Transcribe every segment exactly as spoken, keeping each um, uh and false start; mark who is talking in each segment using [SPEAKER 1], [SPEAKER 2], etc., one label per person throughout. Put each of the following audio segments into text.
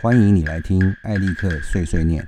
[SPEAKER 1] 欢迎你来听艾利克碎碎念。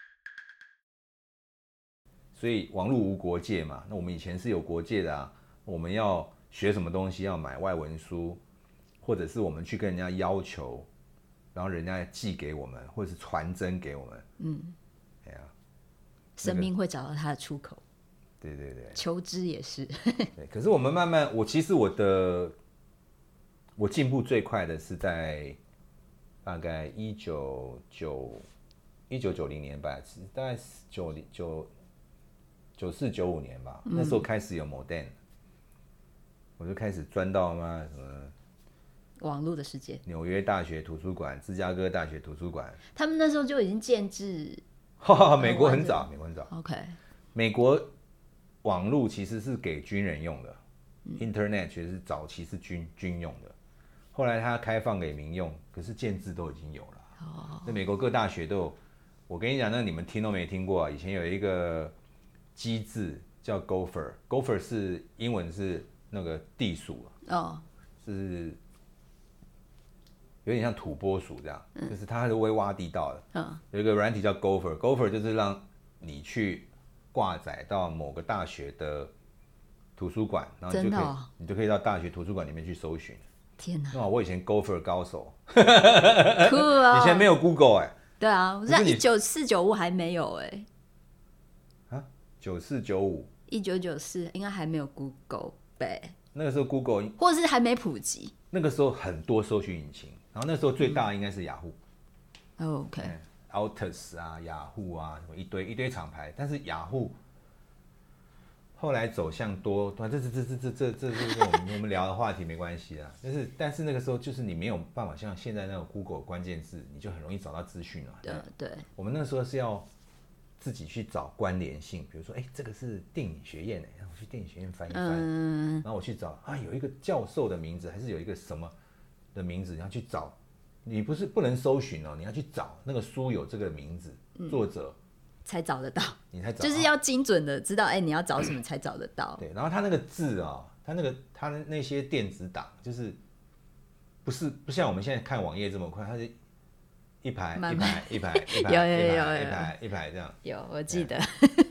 [SPEAKER 2] 所以网络无国界嘛，那我们以前是有国界的啊。我们要学什么东西，要买外文书，或者是我们去跟人家要求，然后人家寄给我们，或者是传真给我们。嗯，哎呀、啊，
[SPEAKER 3] 生命会找到它的出口。
[SPEAKER 2] 对对对，
[SPEAKER 3] 求知也是。
[SPEAKER 2] 对，可是我们慢慢，我其实我的我进步最快的是在大概一九九一九九零年吧，大概九九九四九五年吧，那时候开始有 Modem，、嗯、我就开始钻到嘛什么
[SPEAKER 3] 网络的世界，
[SPEAKER 2] 纽约大学图书馆、芝加哥大学图书馆，
[SPEAKER 3] 他们那时候就已经建制。
[SPEAKER 2] 美国很早，美国很早。
[SPEAKER 3] OK，
[SPEAKER 2] 美国网络其实是给军人用的、嗯、，Internet 其实是早期是军军用的，后来它开放给民用，可是建制都已经有了。哦，那美国各大学都有。我跟你讲，那你们听都没听过啊？以前有一个机制叫 Gopher，Gopher 是英文是那个地鼠哦，是有点像土拨鼠这样，嗯、就是它是会挖地道的。嗯，有一个软体叫 Gopher，Gopher 就是让你去挂载到某个大学的图书馆，然后你就可以，哦、你就可以到大学图书馆里面去搜寻。
[SPEAKER 3] 天哪！
[SPEAKER 2] 哇，我以前 Gopher 高手，
[SPEAKER 3] 酷哦！
[SPEAKER 2] 以前没有 Google 哎、欸。
[SPEAKER 3] 对啊，我知道一九四九五还没有哎、
[SPEAKER 2] 欸。啊，九四九五，一
[SPEAKER 3] 九九四应该还没有 Google 呗。
[SPEAKER 2] 那个时候 Google
[SPEAKER 3] 或者是还没普及。
[SPEAKER 2] 那个时候很多搜寻引擎，然后那时候最大的应该是雅虎。
[SPEAKER 3] 嗯、OK。
[SPEAKER 2] Altus 啊，雅虎啊，什么一堆一堆厂牌，但是雅虎后来走向多，这这这这这这这这我们我们聊的话题没关系啦。但是但是那个时候就是你没有办法像现在那个 Google 关键字，你就很容易找到资讯了。
[SPEAKER 3] 对对。
[SPEAKER 2] 我们那时候是要自己去找关联性，比如说，哎、欸，这个是电影学院哎，然后我去电影学院翻一翻，嗯、然后我去找啊，有一个教授的名字，还是有一个什么的名字，你要去找。你不是不能搜寻哦，你要去找那个书有这个名字，嗯、作者
[SPEAKER 3] 才找得到，
[SPEAKER 2] 你才找
[SPEAKER 3] 就是要精准的知道，哎、欸，你要找什么才找得到。
[SPEAKER 2] 对，然后他那个字啊、哦，他那个他那些电子档，就是不是不像我们现在看网页这么快，它是一排
[SPEAKER 3] 慢慢
[SPEAKER 2] 一排一排一排
[SPEAKER 3] 有有有有
[SPEAKER 2] 一排一排这样。
[SPEAKER 3] 有，我记得。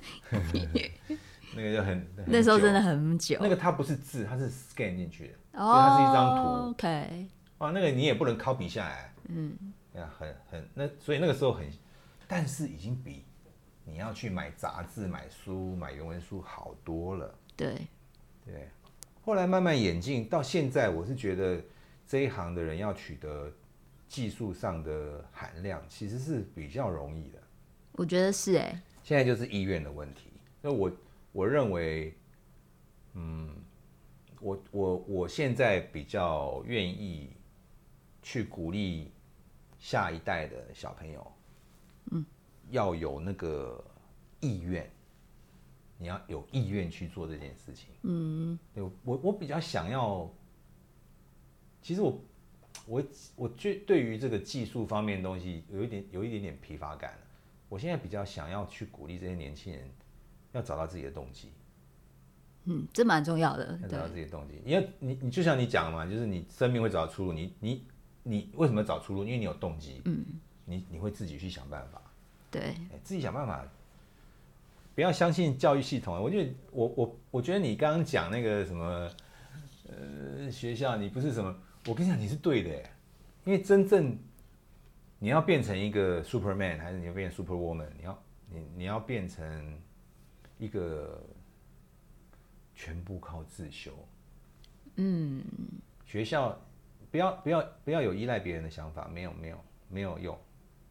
[SPEAKER 2] 那个就很
[SPEAKER 3] 那时候真的很久。
[SPEAKER 2] 那个它不是字，它是 scan 进去的，哦、所以它是一张图。
[SPEAKER 3] OK。
[SPEAKER 2] 哇，那个你也不能 copy 下来，嗯，呀，很很那，所以那个时候很，但是已经比你要去买杂志、买书、买原文书好多了。
[SPEAKER 3] 对，
[SPEAKER 2] 对。后来慢慢演进到现在，我是觉得这一行的人要取得技术上的含量，其实是比较容易的。
[SPEAKER 3] 我觉得是哎、欸。
[SPEAKER 2] 现在就是意愿的问题。那我我认为，嗯，我我我现在比较愿意去鼓励下一代的小朋友，嗯，要有那个意愿，你要有意愿去做这件事情。嗯，对我我比较想要，其实我我我觉对于这个技术方面的东西有一点有一点点疲乏感了。我现在比较想要去鼓励这些年轻人，要找到自己的动机。
[SPEAKER 3] 嗯，这蛮重要的。
[SPEAKER 2] 要找到自己的动机，因为你你就像你讲嘛，就是你生命会找到出路，你你。你为什么找出路？因为你有动机，嗯，你你会自己去想办法，
[SPEAKER 3] 对，
[SPEAKER 2] 欸、自己想办法，不要相信教育系统。我觉得我我我觉得你刚刚讲那个什么，呃，学校你不是什么，我跟你讲你是对的，因为真正你要变成一个 Superman， 还是你要变成 Superwoman， 你要你你要变成一个全部靠自修，嗯，学校。不要不要不要有依赖别人的想法，没有没有没有用。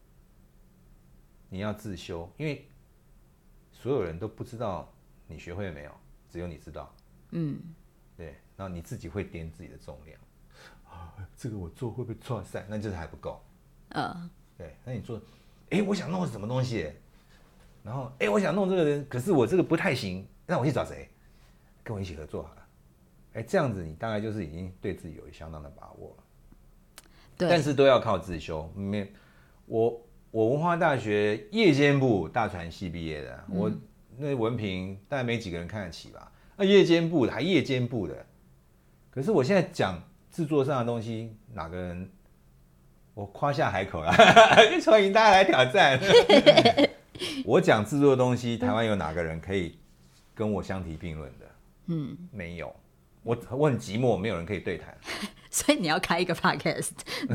[SPEAKER 2] 你要自修，因为所有人都不知道你学会了没有，只有你知道。嗯，对，然后你自己会掂自己的重量。啊，这个我做会不会错赛？那就是还不够。嗯、uh. ，对，那你做，哎，我想弄什么东西，然后哎，我想弄这个人，可是我这个不太行，那我去找谁？跟我一起合作好了。哎，这样子你大概就是已经对自己有相当的把握了，
[SPEAKER 3] 对，
[SPEAKER 2] 但是都要靠自修。没，我我文化大学夜间部大传系毕业的，嗯、我那文凭大概没几个人看得起吧？那夜间部的还夜间部的，可是我现在讲制作上的东西，哪个人我夸下海口啦，欢迎大家来挑战。我讲制作的东西，台湾有哪个人可以跟我相提并论的？嗯，没有。我我很寂寞，没有人可以对谈。
[SPEAKER 3] 所以你要开一个 podcast，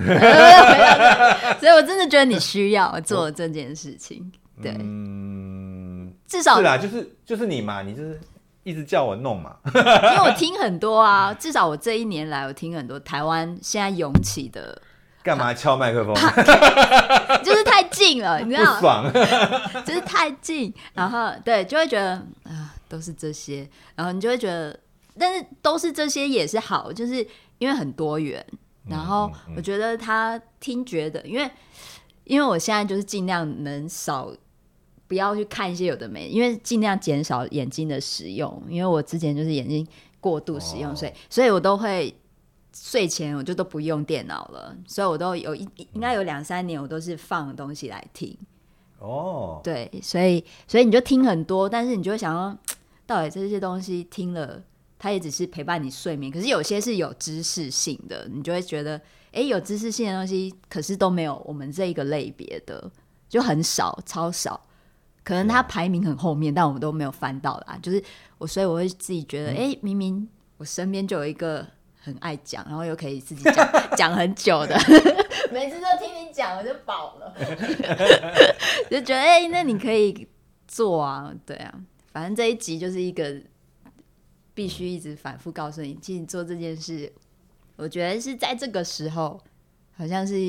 [SPEAKER 3] 所以我真的觉得你需要做这件事情。对，嗯，至少
[SPEAKER 2] 是啦，就是就是你嘛，你就是一直叫我弄嘛。
[SPEAKER 3] 因为我听很多啊，至少我这一年来，我听很多台湾现在涌起的。
[SPEAKER 2] 干嘛敲麦克风？
[SPEAKER 3] 就是太近了，你知道吗？
[SPEAKER 2] 不爽，
[SPEAKER 3] 就是太近，然后对，就会觉得啊、呃，都是这些，然后你就会觉得，但是都是这些也是好，就是因为很多元。然后我觉得他听觉的，因为因为我现在就是尽量能少不要去看一些有的没，因为尽量减少眼睛的使用，因为我之前就是眼睛过度使用，哦、所以所以我都会。睡前我就都不用电脑了，所以我都有一应该有两三年我都是放东西来听。哦，对，所以所以你就听很多，但是你就会想说，到底这些东西听了，它也只是陪伴你睡眠。可是有些是有知识性的，你就会觉得，哎，有知识性的东西，可是都没有我们这一个类别的，就很少，超少。可能它排名很后面，但我们都没有翻到啦。就是我，所以我会自己觉得，哎、嗯，明明我身边就有一个。很爱讲，然后又可以自己讲讲很久的，每次都听你讲我就饱了，就觉得哎、欸，那你可以做啊，对啊，反正这一集就是一个必须一直反复告诉你，其实你做这件事，我觉得是在这个时候好像是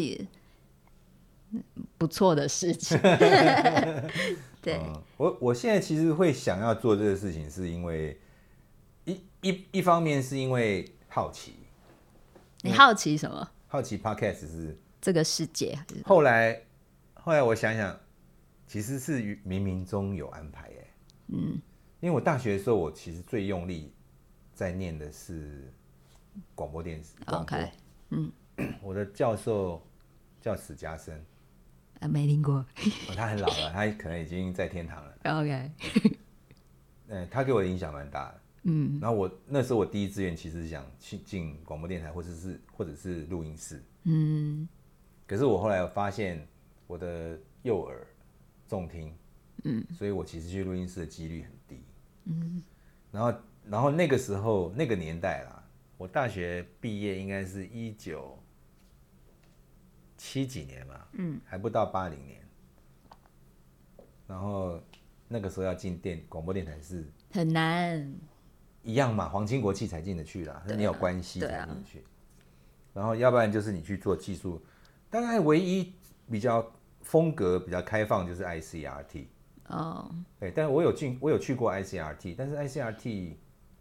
[SPEAKER 3] 不错的事情。对、嗯，
[SPEAKER 2] 我我现在其实会想要做这个事情，是因为一一一方面是因为。好奇，
[SPEAKER 3] 你好奇什么？
[SPEAKER 2] 好奇 podcast 是
[SPEAKER 3] 这个世界。
[SPEAKER 2] 后来，后来我想想，其实是冥冥中有安排耶。嗯，因为我大学的时候，我其实最用力在念的是广播电视。
[SPEAKER 3] OK， 嗯，
[SPEAKER 2] 我的教授叫史嘉生，
[SPEAKER 3] 啊，没听过。
[SPEAKER 2] 哦，他很老了，他可能已经在天堂了。
[SPEAKER 3] OK，
[SPEAKER 2] 嗯，他给我的影响蛮大的。嗯，然后我那时候我第一志愿其实是想去进广播电台，或者是或者是录音室。嗯，可是我后来发现我的右耳重听，嗯，所以我其实去录音室的几率很低。嗯，然后然后那个时候那个年代啦，我大学毕业应该是一九七几年嘛，嗯，还不到八零年。然后那个时候要进电广播电台是
[SPEAKER 3] 很难。
[SPEAKER 2] 一样嘛，皇亲国戚才进得去啦，那、啊、你有关系才进得去、啊。然后要不然就是你去做技术，大概唯一比较风格比较开放就是 I C R T。哦，对，但我有进，我有去过 I C R T， 但是 I C R T，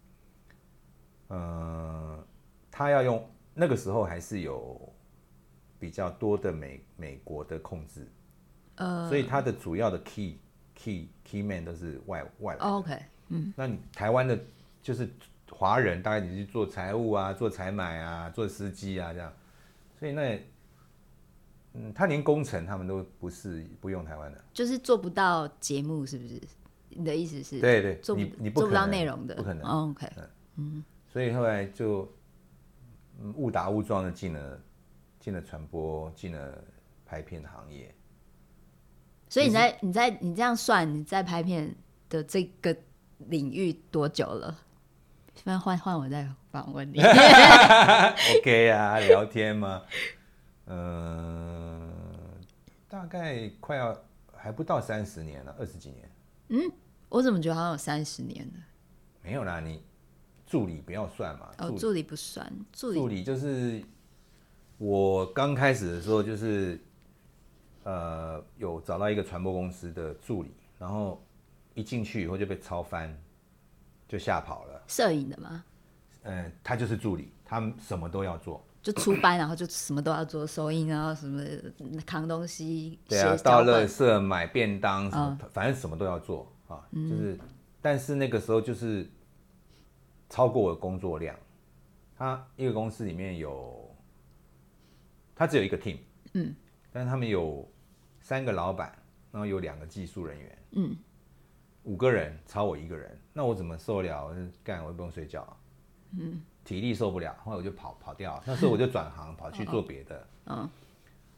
[SPEAKER 2] 呃，他要用那个时候还是有比较多的美美国的控制，呃，所以它的主要的 key key key man 都是外外来的。
[SPEAKER 3] 哦、OK， 嗯，
[SPEAKER 2] 那你台湾的。就是华人，大概你去做财务啊，做采买啊，做司机啊这样，所以那，嗯，他连工程他们都不是不用台湾的，
[SPEAKER 3] 就是做不到节目，是不是？你的意思是？
[SPEAKER 2] 对对，
[SPEAKER 3] 做
[SPEAKER 2] 你你不
[SPEAKER 3] 做不到内容的，
[SPEAKER 2] 不可能。
[SPEAKER 3] 哦、OK，
[SPEAKER 2] 嗯，所以后来就误打误撞的进了进了传播，进了拍片行业。
[SPEAKER 3] 所以你在你在你这样算，你在拍片的这个领域多久了？那换换我再访问你。
[SPEAKER 2] OK 啊，聊天吗？嗯、呃，大概快要还不到三十年了，二十几年。
[SPEAKER 3] 嗯，我怎么觉得好像有三十年了？
[SPEAKER 2] 没有啦，你助理不要算嘛。
[SPEAKER 3] 哦，助理不算，助理
[SPEAKER 2] 助理就是我刚开始的时候，就是呃有找到一个传播公司的助理，然后一进去以后就被抄翻。就吓跑了。
[SPEAKER 3] 摄影的吗？
[SPEAKER 2] 嗯，他就是助理，他什么都要做，
[SPEAKER 3] 就出班，然后就什么都要做，收音，然后什么扛东西，
[SPEAKER 2] 对啊，倒垃圾、买便当，什么、嗯、反正什么都要做啊。就是，但是那个时候就是超过我的工作量。他一个公司里面有，他只有一个 team， 嗯，但是他们有三个老板，然后有两个技术人员，嗯。五个人超我一个人，那我怎么受得了？我干，我又不用睡觉，嗯，体力受不了，后来我就跑跑掉。那时候我就转行跑去做别的，嗯，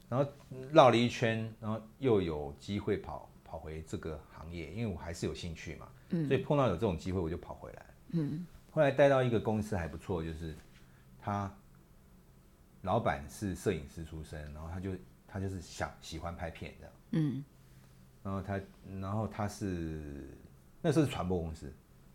[SPEAKER 2] 然后绕了一圈，然后又有机会跑跑回这个行业，因为我还是有兴趣嘛，嗯、所以碰到有这种机会我就跑回来。嗯，后来带到一个公司还不错，就是他老板是摄影师出身，然后他就他就是想喜欢拍片这样。嗯，然后他然后他是那时候是传播公司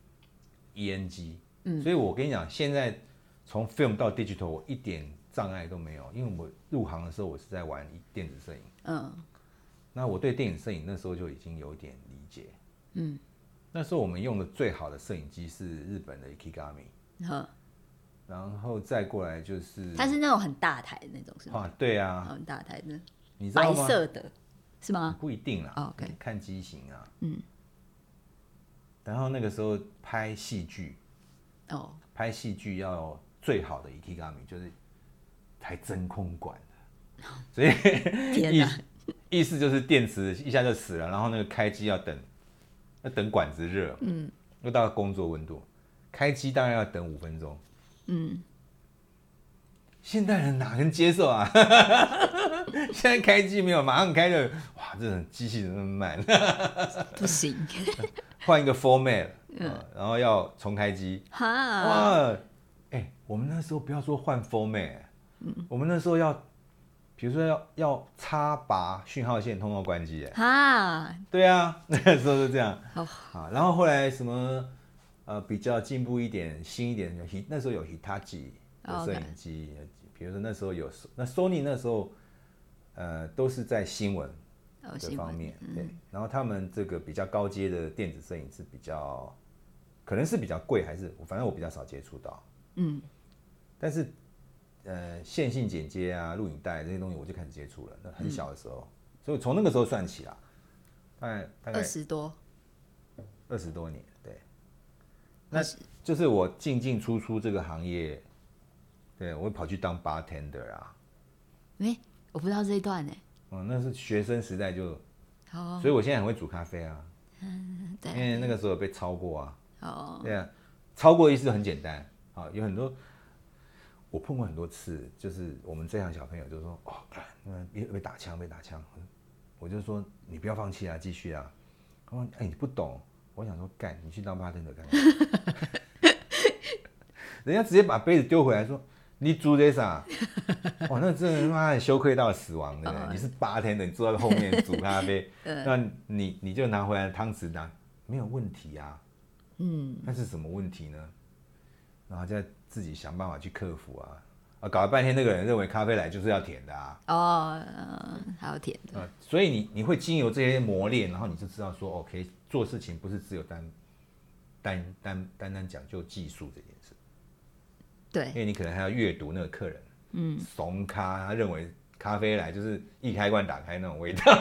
[SPEAKER 2] E N G，嗯，所以我跟你讲，现在从 film 到 digital 我一点障碍都没有，因为我入行的时候我是在玩电子摄影，嗯，那我对电子摄影那时候就已经有一点理解，嗯，那时候我们用的最好的摄影机是日本的 Ikigami， 嗯，然后再过来就是
[SPEAKER 3] 它是那种很大台的那种是吗？
[SPEAKER 2] 啊，对啊，
[SPEAKER 3] 很大台的，
[SPEAKER 2] 你知道吗？
[SPEAKER 3] 白色的是吗？
[SPEAKER 2] 不一定啦，
[SPEAKER 3] oh, okay.
[SPEAKER 2] 看机型啊，嗯，然后那个时候拍戏剧，哦， oh. 拍戏剧要最好的 Ikigami 就是台真空管的，所以意思意思就是电池一下就死了，然后那个开机要等，要等管子热，嗯，又到工作温度，开机大概要等五分钟，嗯，现代人哪能接受啊？现在开机没有马上开的，哇，这种机器怎么那么慢？
[SPEAKER 3] 不行，
[SPEAKER 2] 换一个 format，嗯，然后要重开机，哇，哎，我们那时候不要说换 format。嗯、我们那时候要，比如说要要插拔讯号线通到关机，哎，哈，对啊，那时候是这样，哦、啊，然后后来什么呃比较进步一点、新一点的，那时候有 Hitachi 的摄影机， oh, okay. 比如说那时候有那 Sony 那时候呃都是在新闻的方面， oh, 对，嗯、然后他们这个比较高阶的电子摄影是比较可能是比较贵，还是反正我比较少接触到，嗯，但是。呃，线性剪接啊，录影带这些东西我就开始接触了。那很小的时候，嗯、所以从那个时候算起啦，大概大概
[SPEAKER 3] 二十多，
[SPEAKER 2] 二十多年，对。那就是我进进出出这个行业，对我会跑去当 bartender 啊。
[SPEAKER 3] 哎、欸，我不知道这一段呢、欸。
[SPEAKER 2] 嗯，那是学生时代就，哦、所以我现在很会煮咖啡啊。嗯，对。因为那个时候有被抄过啊。哦。对啊，抄过的意思很简单啊，有很多。我碰过很多次，就是我们这行小朋友就说：“哦，那被打枪，被打枪。”我就说：“你不要放弃啊，继续啊。”他说：“哎，你不懂。”我想说：“干，你去当bartender干嘛？”人家直接把杯子丢回来说：“你煮这啥？”哇，那真的他妈很羞愧到死亡的。你是bartender，你坐在后面煮咖啡，那你你就拿回来汤匙拿，没有问题啊。嗯，那是什么问题呢？然后再自己想办法去克服啊！啊，搞了半天，那个人认为咖啡来就是要甜的啊！
[SPEAKER 3] 哦，嗯，还要甜的、呃。
[SPEAKER 2] 所以你你会经由这些磨练，然后你就知道说 ，OK， 做事情不是只有单单单单单讲究技术这件事。
[SPEAKER 3] 对，
[SPEAKER 2] 因为你可能还要阅读那个客人，嗯，怂咖，他认为咖啡来就是一开罐打开那种味道。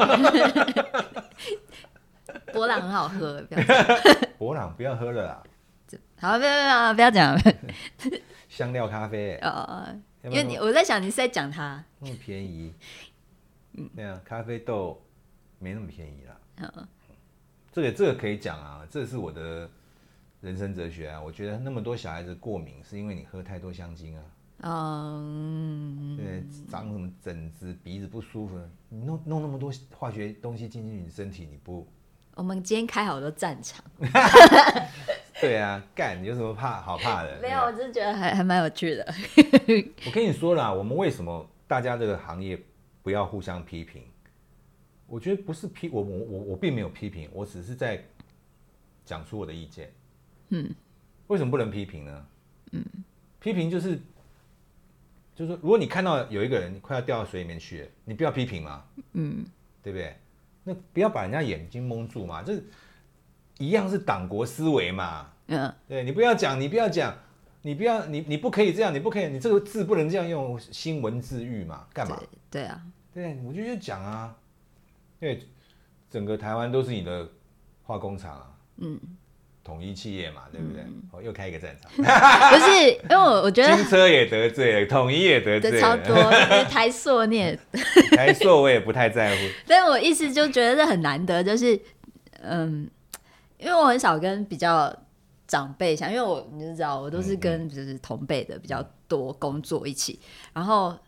[SPEAKER 3] 伯朗很好喝，不要
[SPEAKER 2] 伯朗不要喝了啦。
[SPEAKER 3] 好，不要不要不要讲
[SPEAKER 2] 香料咖啡、欸，哦，
[SPEAKER 3] 因为你我在想你是在讲它，
[SPEAKER 2] 那么便宜，嗯，对啊，咖啡豆没那么便宜啦，嗯，这个这个可以讲啊，这是我的人生哲学啊，我觉得那么多小孩子过敏是因为你喝太多香精啊，嗯，对，长什么疹子，鼻子不舒服，你弄弄那么多化学东西进去你身体，你不，
[SPEAKER 3] 我们今天开好多战场。
[SPEAKER 2] 对啊，干，你有什么怕好怕的？
[SPEAKER 3] 没有，我只是觉得还还蛮有趣的。
[SPEAKER 2] 我跟你说啦，我们为什么大家这个行业不要互相批评？我觉得不是批我我我我并没有批评，我只是在讲出我的意见。嗯，为什么不能批评呢？嗯，批评就是就是说，如果你看到有一个人快要掉到水里面去了，你不要批评嘛。嗯，对不对？那不要把人家眼睛蒙住嘛，这一样是党国思维嘛。嗯，对，你不要讲，你不要讲，你不要，你你不可以这样，你不可以，你这个字不能这样用，新文字狱嘛，干嘛？
[SPEAKER 3] 对, 对啊，
[SPEAKER 2] 对，我就就讲啊，因为整个台湾都是你的化工厂啊，嗯，统一企业嘛，对不对？嗯、哦，又开一个战场，
[SPEAKER 3] 不是，因为我我觉得
[SPEAKER 2] 金车也得罪了，统一也得罪了，
[SPEAKER 3] 超多，台塑你也，
[SPEAKER 2] 台塑我也不太在乎，
[SPEAKER 3] 但我意思就觉得这很难得，就是嗯，因为我很少跟比较长辈想，因为我你就知道，我都是跟就是同辈的比较多工作一起，然后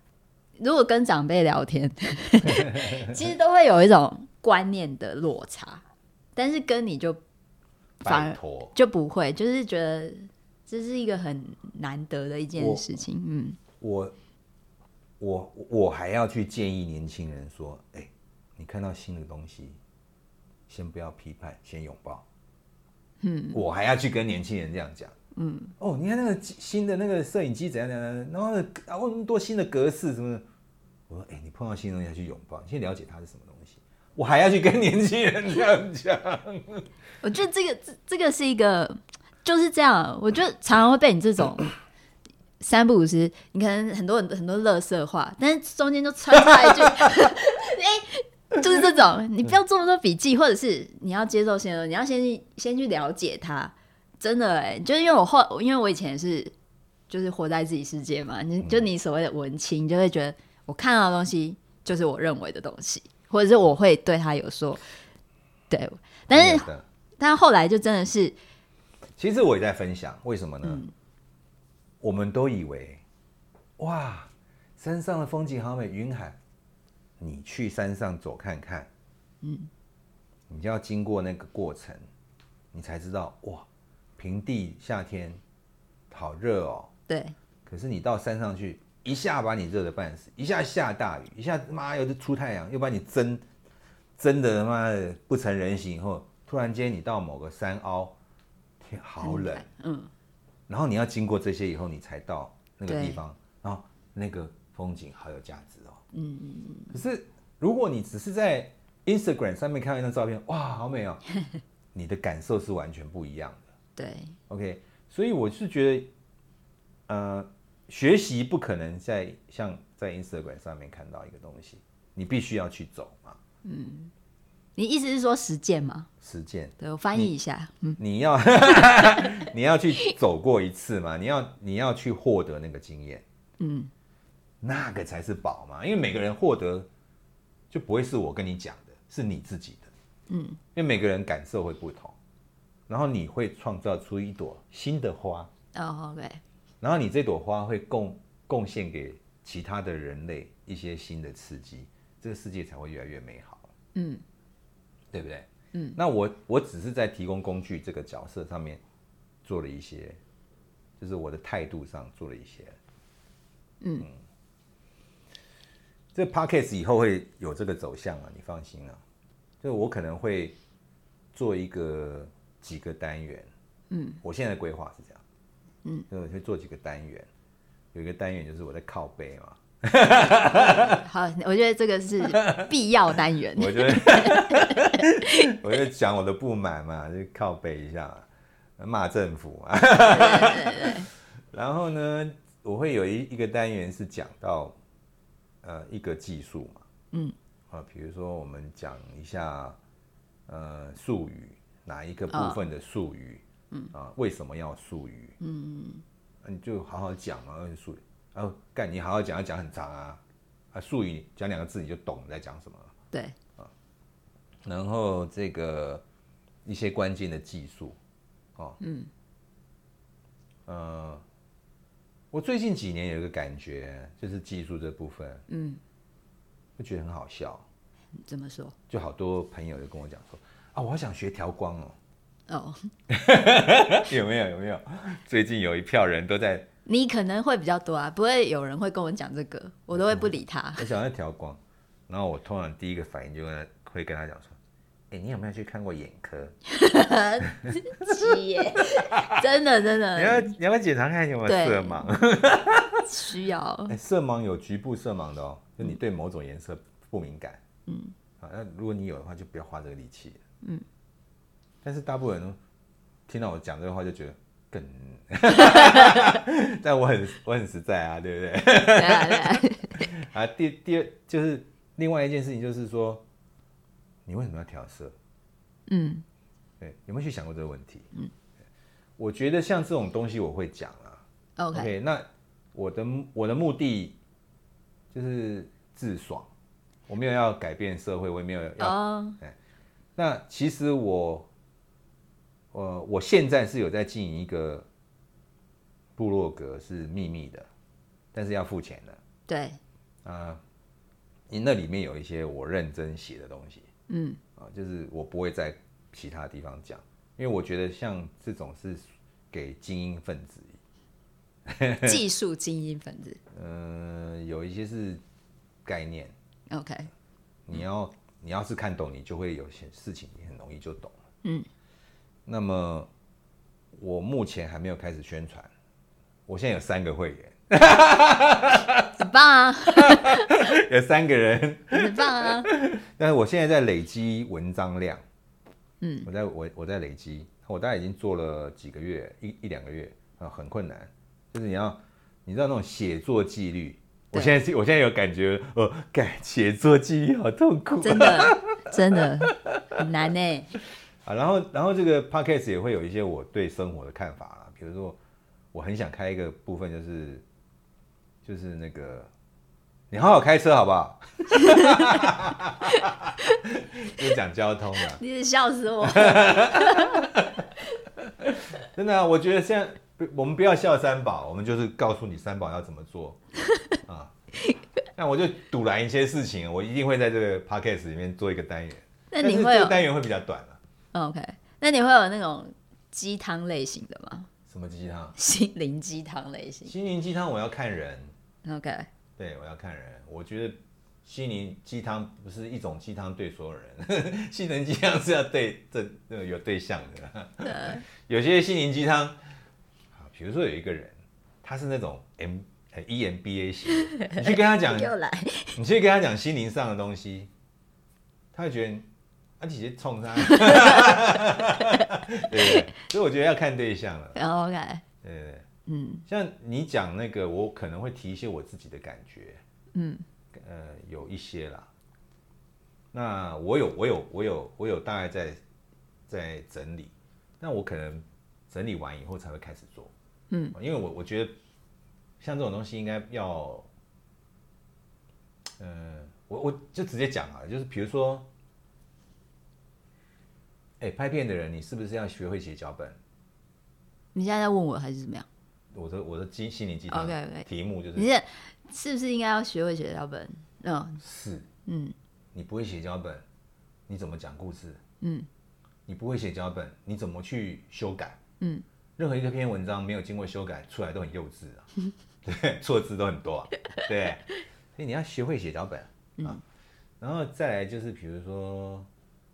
[SPEAKER 3] 如果跟长辈聊天，其实都会有一种观念的落差，但是跟你就反而就不会，就是觉得这是一个很难得的一件事情。嗯，
[SPEAKER 2] 我我我还要去建议年轻人说，哎、欸，你看到新的东西，先不要批判，先拥抱。嗯，我还要去跟年轻人这样讲。嗯，哦，你看那个新的那个摄影机怎样怎样，然后啊，那么多新的格式什么的。我说，哎、欸，你碰到新的东西要去拥抱，你先了解它是什么东西。我还要去跟年轻人这样讲。
[SPEAKER 3] 我觉得这个这这个是一个就是这样，我觉得常常会被你这种三不五时，你可能很多很多很多垃圾话，但是中间就穿插一句，哎、欸，就是这种，你不要做那么多笔记，或者是你要接受现实，你要先去先去了解它。真的哎、欸，就是因为我后，因为我以前也是就是活在自己世界嘛，你就你所谓的文青，就会觉得我看到的东西就是我认为的东西，或者是我会对他有说对，但是但后来就真的是，
[SPEAKER 2] 其实我也在分享，为什么呢？嗯、我们都以为哇，山上的风景好美，云海，你去山上走看看，嗯，你就要经过那个过程，你才知道哇。平地夏天好热哦，
[SPEAKER 3] 对。
[SPEAKER 2] 可是你到山上去，一下把你热得半死，一下下大雨，一下妈又是出太阳，又把你蒸蒸的妈的不成人形。以后突然间你到某个山凹，天好冷，嗯。然后你要经过这些以后，你才到那个地方，然后那个风景好有价值哦。嗯嗯嗯。可是如果你只是在 Instagram 上面看到一张照片，哇，好美哦，你的感受是完全不一样的。
[SPEAKER 3] 对
[SPEAKER 2] ，OK， 所以我是觉得，呃，学习不可能在像在 Instagram 上面看到一个东西，你必须要去走嘛。
[SPEAKER 3] 嗯，你意思是说实践吗？
[SPEAKER 2] 实践，
[SPEAKER 3] 对我翻译一下。
[SPEAKER 2] 你, 嗯、你要你要去走过一次嘛，你要你要去获得那个经验，嗯，那个才是宝嘛。因为每个人获得就不会是我跟你讲的，是你自己的，嗯，因为每个人感受会不同。然后你会创造出一朵新的花，
[SPEAKER 3] 哦、oh, ，OK。
[SPEAKER 2] 然后你这朵花会贡贡献给其他的人类一些新的刺激，这个世界才会越来越美好。嗯，对不对？嗯。那我我只是在提供工具这个角色上面做了一些，就是我的态度上做了一些。嗯。嗯这个 podcast 以后会有这个走向啊，你放心啊。就我可能会做一个。几个单元，嗯，我现在的规划是这样，嗯，所以我会做几个单元，有一个单元就是我在靠背嘛，
[SPEAKER 3] 好，我觉得这个是必要单元，
[SPEAKER 2] 我觉得，我就讲我的不满嘛，就靠背一下，骂政府嘛，对对对对然后呢，我会有一一个单元是讲到呃一个技术嘛，嗯，啊，比如说我们讲一下呃术语。哪一个部分的术语、哦嗯啊，为什么要术语？嗯，你就好好讲嘛，术语。然后干，你好好讲，要讲很长啊。啊，术语讲两个字你就懂在讲什么了。
[SPEAKER 3] 对。
[SPEAKER 2] 啊，然后这个一些关键的技术，哦，嗯，呃，我最近几年有一个感觉，就是技术这部分，嗯，就觉得很好笑。
[SPEAKER 3] 怎么说？
[SPEAKER 2] 就好多朋友就跟我讲说。啊，我好想学调光哦！哦，有没有？有没有？最近有一票人都在。
[SPEAKER 3] 你可能会比较多啊，不会有人会跟我讲这个，我都会不理他。
[SPEAKER 2] 我想要调光，然后我通常第一个反应就跟会跟他讲说：“哎、欸，你有没有去看过眼科？”
[SPEAKER 3] 气耶，真的真的。
[SPEAKER 2] 你要你要不要检查看有没有色盲？
[SPEAKER 3] 需要。
[SPEAKER 2] 欸、色盲有局部色盲的哦，就你对某种颜色不敏感。嗯。啊，那如果你有的话，就不要花这个力气。嗯，但是大部分人都听到我讲这个话就觉得更，但我很我很实在啊，对不对？对啊对啊。啊，第第二就是另外一件事情，就是说你为什么要调色？嗯，对，有没有去想过这个问题？嗯，我觉得像这种东西我会讲啊。
[SPEAKER 3] OK，, okay
[SPEAKER 2] 那我的我的目的就是自爽，我没有要改变社会，我也没有要。Oh. 那其实我，呃，我现在是有在经营一个部落格，是秘密的，但是要付钱的。
[SPEAKER 3] 对。
[SPEAKER 2] 啊，你那里面有一些我认真写的东西，
[SPEAKER 3] 嗯，
[SPEAKER 2] 啊，就是我不会在其他地方讲，因为我觉得像这种是给精英分子，
[SPEAKER 3] 技术精英分子，
[SPEAKER 2] 嗯、呃，有一些是概念
[SPEAKER 3] ，OK，
[SPEAKER 2] 你要你要是看懂，你就会有些事情你很容易就懂了，
[SPEAKER 3] 嗯，
[SPEAKER 2] 那么我目前还没有开始宣传，我现在有三个会员。
[SPEAKER 3] 很棒啊，
[SPEAKER 2] 有三个人，
[SPEAKER 3] 很棒啊。
[SPEAKER 2] 但是我现在在累积文章量，
[SPEAKER 3] 嗯，
[SPEAKER 2] 我在我我在累积，我大概已经做了几个月，一一两个月啊，很困难。就是你要，你知道那种写作纪律，我现在我现在有感觉，哦，改写作纪律好痛苦、啊，
[SPEAKER 3] 真的真的很难呢。
[SPEAKER 2] 啊，然后然后这个 podcast 也会有一些我对生活的看法啦，比如说我很想开一个部分，就是就是那个。你好好开车好不好？就讲交通啊！
[SPEAKER 3] 你是笑死我！
[SPEAKER 2] 真的、啊，我觉得现在我们不要笑三宝，我们就是告诉你三宝要怎么做啊。那我就堵拦一些事情，我一定会在这个 podcast 里面做一个单元。
[SPEAKER 3] 那你会有
[SPEAKER 2] 但是这个单元会比较短了、
[SPEAKER 3] 啊。OK， 那你会有那种鸡汤类型的吗？
[SPEAKER 2] 什么鸡汤？
[SPEAKER 3] 心灵鸡汤类型。
[SPEAKER 2] 心灵鸡汤我要看人。
[SPEAKER 3] OK。对，
[SPEAKER 2] 我要看人。我觉得心灵鸡汤不是一种鸡汤对所有人，心灵鸡汤是要对这有对象的。有些心灵鸡汤，比如说有一个人，他是那种 M E M B A 型，你去跟他讲，你去跟他讲心灵上的东西，他会觉得啊，你直接冲他，对不对？所以我觉得要看对象了。
[SPEAKER 3] OK，
[SPEAKER 2] 对对对。
[SPEAKER 3] 嗯，
[SPEAKER 2] 像你讲那个，我可能会提一些我自己的感觉，
[SPEAKER 3] 嗯，
[SPEAKER 2] 呃，有一些啦。那我有，我有，我有，我有大概在在整理，那我可能整理完以后才会开始做，
[SPEAKER 3] 嗯，
[SPEAKER 2] 因为我我觉得像这种东西应该要，呃，我我就直接讲啊，就是比如说，哎、欸，拍片的人，你是不是要学会写脚本？
[SPEAKER 3] 你现在在问我还是怎么样？
[SPEAKER 2] 我的我的心灵鸡汤
[SPEAKER 3] ，OK OK，
[SPEAKER 2] 题目就是，
[SPEAKER 3] 你是是不是应该要学会写脚本？嗯，
[SPEAKER 2] 是，
[SPEAKER 3] 嗯，
[SPEAKER 2] 你不会写脚本，你怎么讲故事？
[SPEAKER 3] 嗯，
[SPEAKER 2] 你不会写脚本，你怎么去修改？
[SPEAKER 3] 嗯，
[SPEAKER 2] 任何一篇文章没有经过修改出来都很幼稚啊，对，错字都很多啊，对，所以你要学会写脚本啊。嗯，然后再来就是比如说，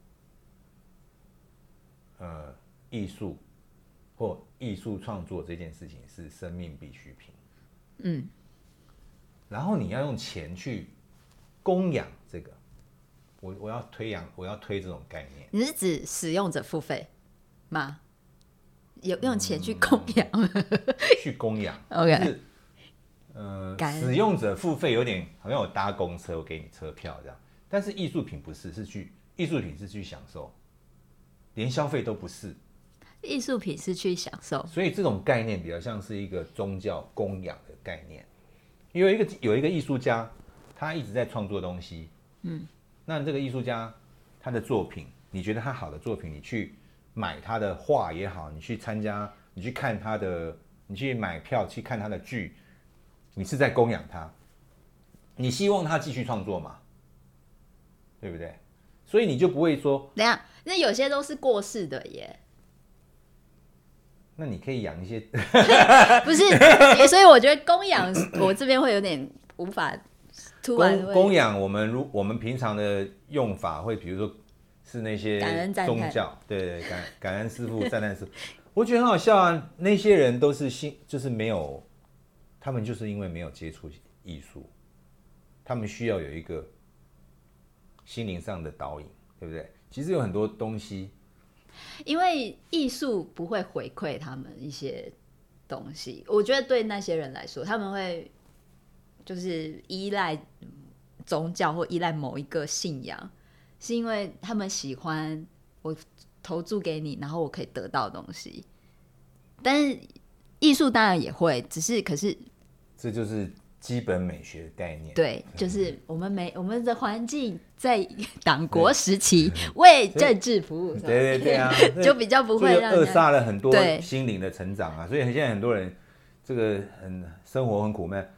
[SPEAKER 2] 呃，艺术。或艺术创作这件事情是生命必需品，
[SPEAKER 3] 嗯，
[SPEAKER 2] 然后你要用钱去供养这个，我我要推养，我要推这种概念。
[SPEAKER 3] 你是指使用者付费吗？有用钱去供养、嗯？
[SPEAKER 2] 去供养
[SPEAKER 3] ，OK，
[SPEAKER 2] 就是呃，使用者付费有点好像我搭公车，我给你车票这样，但是艺术品不是，是去艺术品是去享受，连消费都不是。
[SPEAKER 3] 艺术品是去享受，
[SPEAKER 2] 所以这种概念比较像是一个宗教供养的概念。有一个有一个艺术家，他一直在创作东西，嗯，那这个艺术家他的作品，你觉得他好的作品，你去买他的画也好，你去参加，你去看他的，你去买票去看他的剧，你是在供养他，你希望他继续创作嘛，对不对？所以你就不会说，
[SPEAKER 3] 等一下，那有些都是过世的耶。
[SPEAKER 2] 那你可以养一些
[SPEAKER 3] 不是，所以我觉得供养我这边会有点无法突然
[SPEAKER 2] 供供养我们如我们平常的用法会，比如说是那些宗教，对对感感恩师父、赞叹师父，我觉得很好笑啊。那些人都是心就是没有，他们就是因为没有接触艺术，他们需要有一个心灵上的导引，对不对？其实有很多东西。
[SPEAKER 3] 因为艺术不会回馈他们一些东西，我觉得对那些人来说，他们会就是依赖宗教或依赖某一个信仰，是因为他们喜欢我投注给你，然后我可以得到东西。但是艺术当然也会，只是可是
[SPEAKER 2] 这就是基本美学的概念。
[SPEAKER 3] 对，就是我们每我们的环境在党国时期为政治服务，
[SPEAKER 2] 对对对啊，
[SPEAKER 3] 就比较不会让
[SPEAKER 2] 扼杀了很多心灵的成长啊。所以现在很多人这个很生活很苦闷，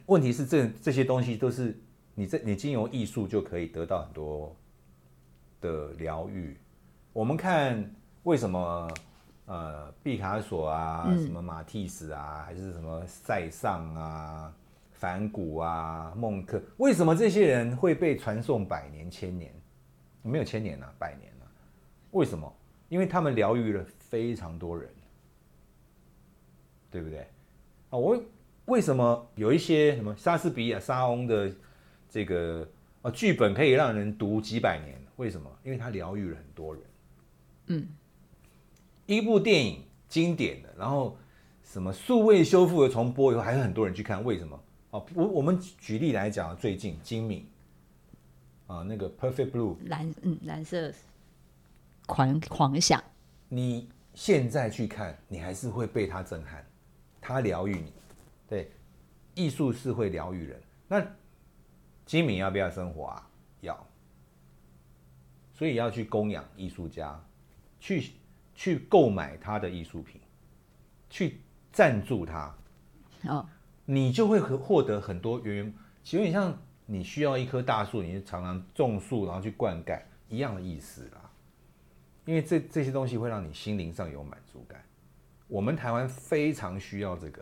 [SPEAKER 2] 问题是这这些东西都是你这你经由艺术就可以得到很多的疗愈。我们看为什么呃毕卡索啊、嗯、什么马蒂斯啊，还是什么塞尚啊、梵谷啊、孟克，为什么这些人会被传颂百年、千年？没有千年啊，百年啊。为什么？因为他们疗愈了非常多人，对不对？啊，我为什么有一些什么莎士比亚、莎翁的这个啊剧本可以让人读几百年？为什么？因为它疗愈了很多人。嗯，一部电影经典的，然后什么数位修复的重播以后，还是很多人去看，为什么？哦，我我们举例来讲，最近精敏啊，那个 Perfect Blue
[SPEAKER 3] 蓝嗯蓝色狂狂想，
[SPEAKER 2] 你现在去看，你还是会被它震撼，它疗愈你。对，艺术是会疗愈人。那精敏要不要生活啊？要，所以要去供养艺术家。去去购买他的艺术品，去赞助他，哦，你就会获得很多源源。其实你像你需要一棵大树，你就常常种树，然后去灌溉，一样的意思啦。因为这这些东西会让你心灵上有满足感。我们台湾非常需要这个。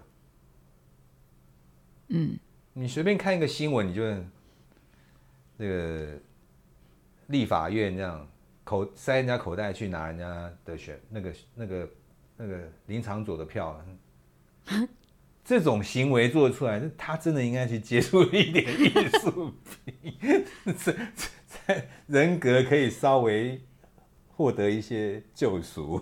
[SPEAKER 2] 嗯，你随便看一个新闻，你就这个立法院这样。口塞人家口袋去拿人家的选那个那个那个林昶佐的票，这种行为做出来，他真的应该去接触一点艺术品，人格可以稍微获得一些救赎。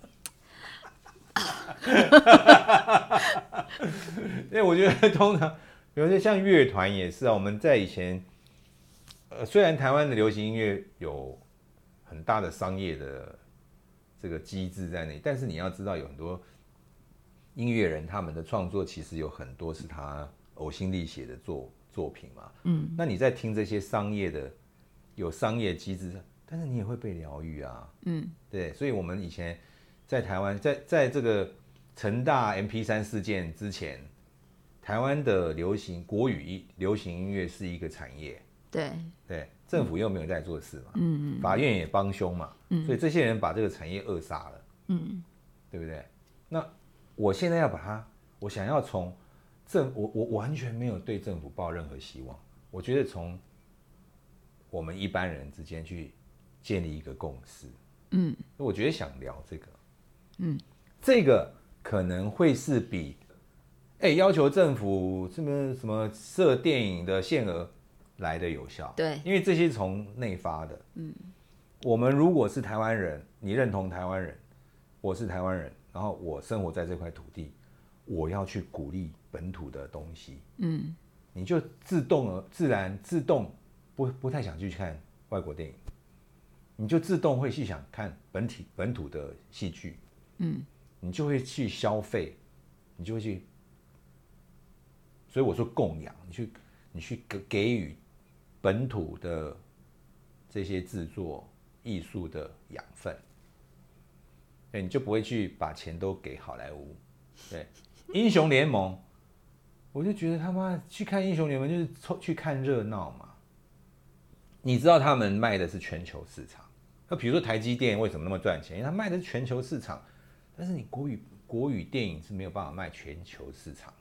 [SPEAKER 2] 因为我觉得通常，比如说像乐团也是啊，我们在以前，呃，虽然台湾的流行音乐有很大的商业的这个机制在内，但是你要知道，有很多音乐人他们的创作其实有很多是他呕心沥血的作作品嘛。嗯，那你在听这些商业的有商业机制，但是你也会被疗愈啊。嗯，对，所以我们以前在台湾，在在这个成大 M P 三 事件之前，台湾的流行国语流行音乐是一个产业。
[SPEAKER 3] 对
[SPEAKER 2] 对，政府又没有在做事嘛，嗯，法院也帮凶嘛，嗯，所以这些人把这个产业扼杀了，嗯，对不对？那我现在要把它，我想要从政，我我完全没有对政府抱任何希望，我觉得从我们一般人之间去建立一个共识，嗯，我觉得想聊这个，嗯，这个可能会是比，哎，要求政府什么什么设电影的限额来的有效，
[SPEAKER 3] 对，
[SPEAKER 2] 因为这些是从内发的。嗯，我们如果是台湾人，你认同台湾人，我是台湾人，然后我生活在这块土地，我要去鼓励本土的东西。嗯，你就自动而自然自动不不太想去看外国电影，你就自动会去想看本体本土的戏剧。嗯，你就会去消费，你就会去，所以我说供养，你去你去给予本土的这些制作艺术的养分，对，你就不会去把钱都给好莱坞。对，英雄联盟，我就觉得他妈去看英雄联盟就是去看热闹嘛。你知道他们卖的是全球市场，那比如说台积电为什么那么赚钱？因为他卖的是全球市场，但是你国语国语电影是没有办法卖全球市场。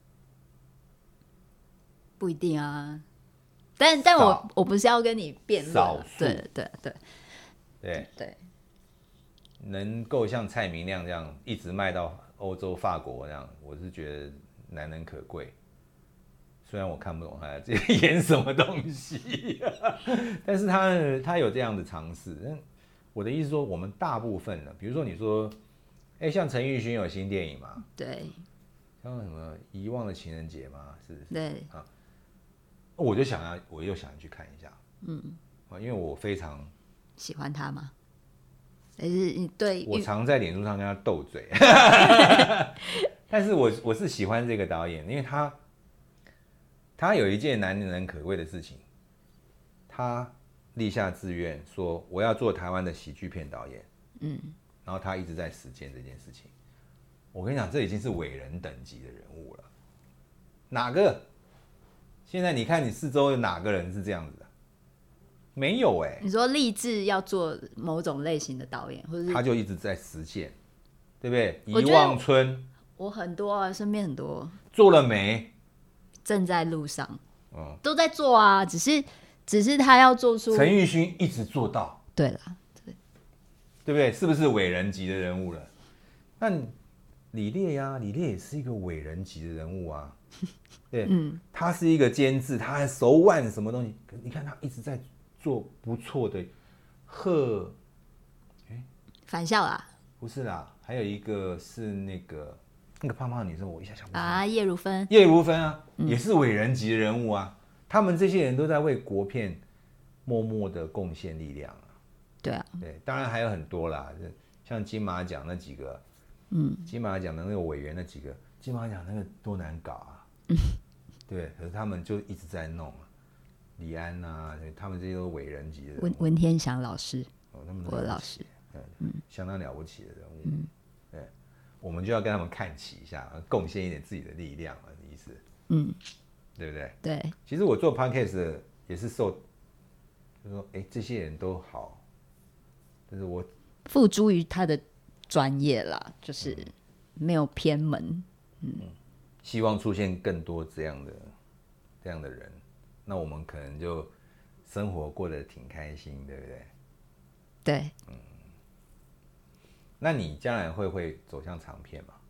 [SPEAKER 3] 不一定啊。但但我我不是要跟你辩论，
[SPEAKER 2] 少数，
[SPEAKER 3] 对对对
[SPEAKER 2] 对
[SPEAKER 3] 对，
[SPEAKER 2] 能够像蔡明亮这样一直卖到欧洲、法国那样，我是觉得难能可贵。虽然我看不懂他在演什么东西，但是他他有这样的尝试。我的意思说，我们大部分呢，比如说你说，哎、欸，像陈奕迅有新电影嘛？
[SPEAKER 3] 对，
[SPEAKER 2] 像什么《遗忘的情人节》嘛，是不是？
[SPEAKER 3] 对
[SPEAKER 2] 啊。我就想要，我又想去看一下，嗯，因为我非常
[SPEAKER 3] 喜欢他吗？还是你对？
[SPEAKER 2] 我常在脸书上跟他斗嘴，但是我我是喜欢这个导演，因为他他有一件难能可贵的事情，他立下志愿说我要做台湾的喜剧片导演，嗯，然后他一直在实践这件事情。我跟你讲，这已经是伟人等级的人物了，哪个？ 现在你看你四周有哪个人是这样子的？没有哎、欸。
[SPEAKER 3] 你说立志要做某种类型的导演，或者是
[SPEAKER 2] 他就一直在实践，对不对？
[SPEAKER 3] 我觉得
[SPEAKER 2] 遗忘村
[SPEAKER 3] 我很多啊，身边很多
[SPEAKER 2] 做了没？
[SPEAKER 3] 正在路上，
[SPEAKER 2] 嗯，
[SPEAKER 3] 都在做啊，只是只是他要做出。
[SPEAKER 2] 陈玉勋一直做到，
[SPEAKER 3] 对了，对
[SPEAKER 2] 对不对？是不是伟人级的人物了？那李烈呀、啊，李烈也是一个伟人级的人物啊。对，嗯，他是一个监制，他还手腕什么东西？你看他一直在做不错的贺，哎，
[SPEAKER 3] 返校啦？
[SPEAKER 2] 不是啦，还有一个是那个那个胖胖的女生，我一下想不起来
[SPEAKER 3] 啊，叶如芬，
[SPEAKER 2] 叶如芬啊，嗯、也是伟人级的人物啊。他们这些人都在为国片默默的贡献力量啊。
[SPEAKER 3] 对啊，
[SPEAKER 2] 对，当然还有很多啦，像金马奖那几个，嗯，金马奖的那个委员那几个，金马奖那个多难搞啊，嗯，对，可是他们就一直在弄啊，李安啊，他们这些都是伟人级的人物，
[SPEAKER 3] 文文天祥老师，
[SPEAKER 2] 哦，他们
[SPEAKER 3] 我的老师，
[SPEAKER 2] 嗯，相当了不起的人物，嗯，对，我们就要跟他们看齐一下，贡献一点自己的力量嘛，意思，嗯，对不对？
[SPEAKER 3] 对，
[SPEAKER 2] 其实我做 podcast 也是受，就是说，哎，这些人都好。就是我
[SPEAKER 3] 付诸于他的专业啦，就是没有偏门。嗯，
[SPEAKER 2] 希望出现更多这样的这样的人，那我们可能就生活过得挺开心，对不对？
[SPEAKER 3] 对。
[SPEAKER 2] 嗯。那你将来会不会走向长片吗？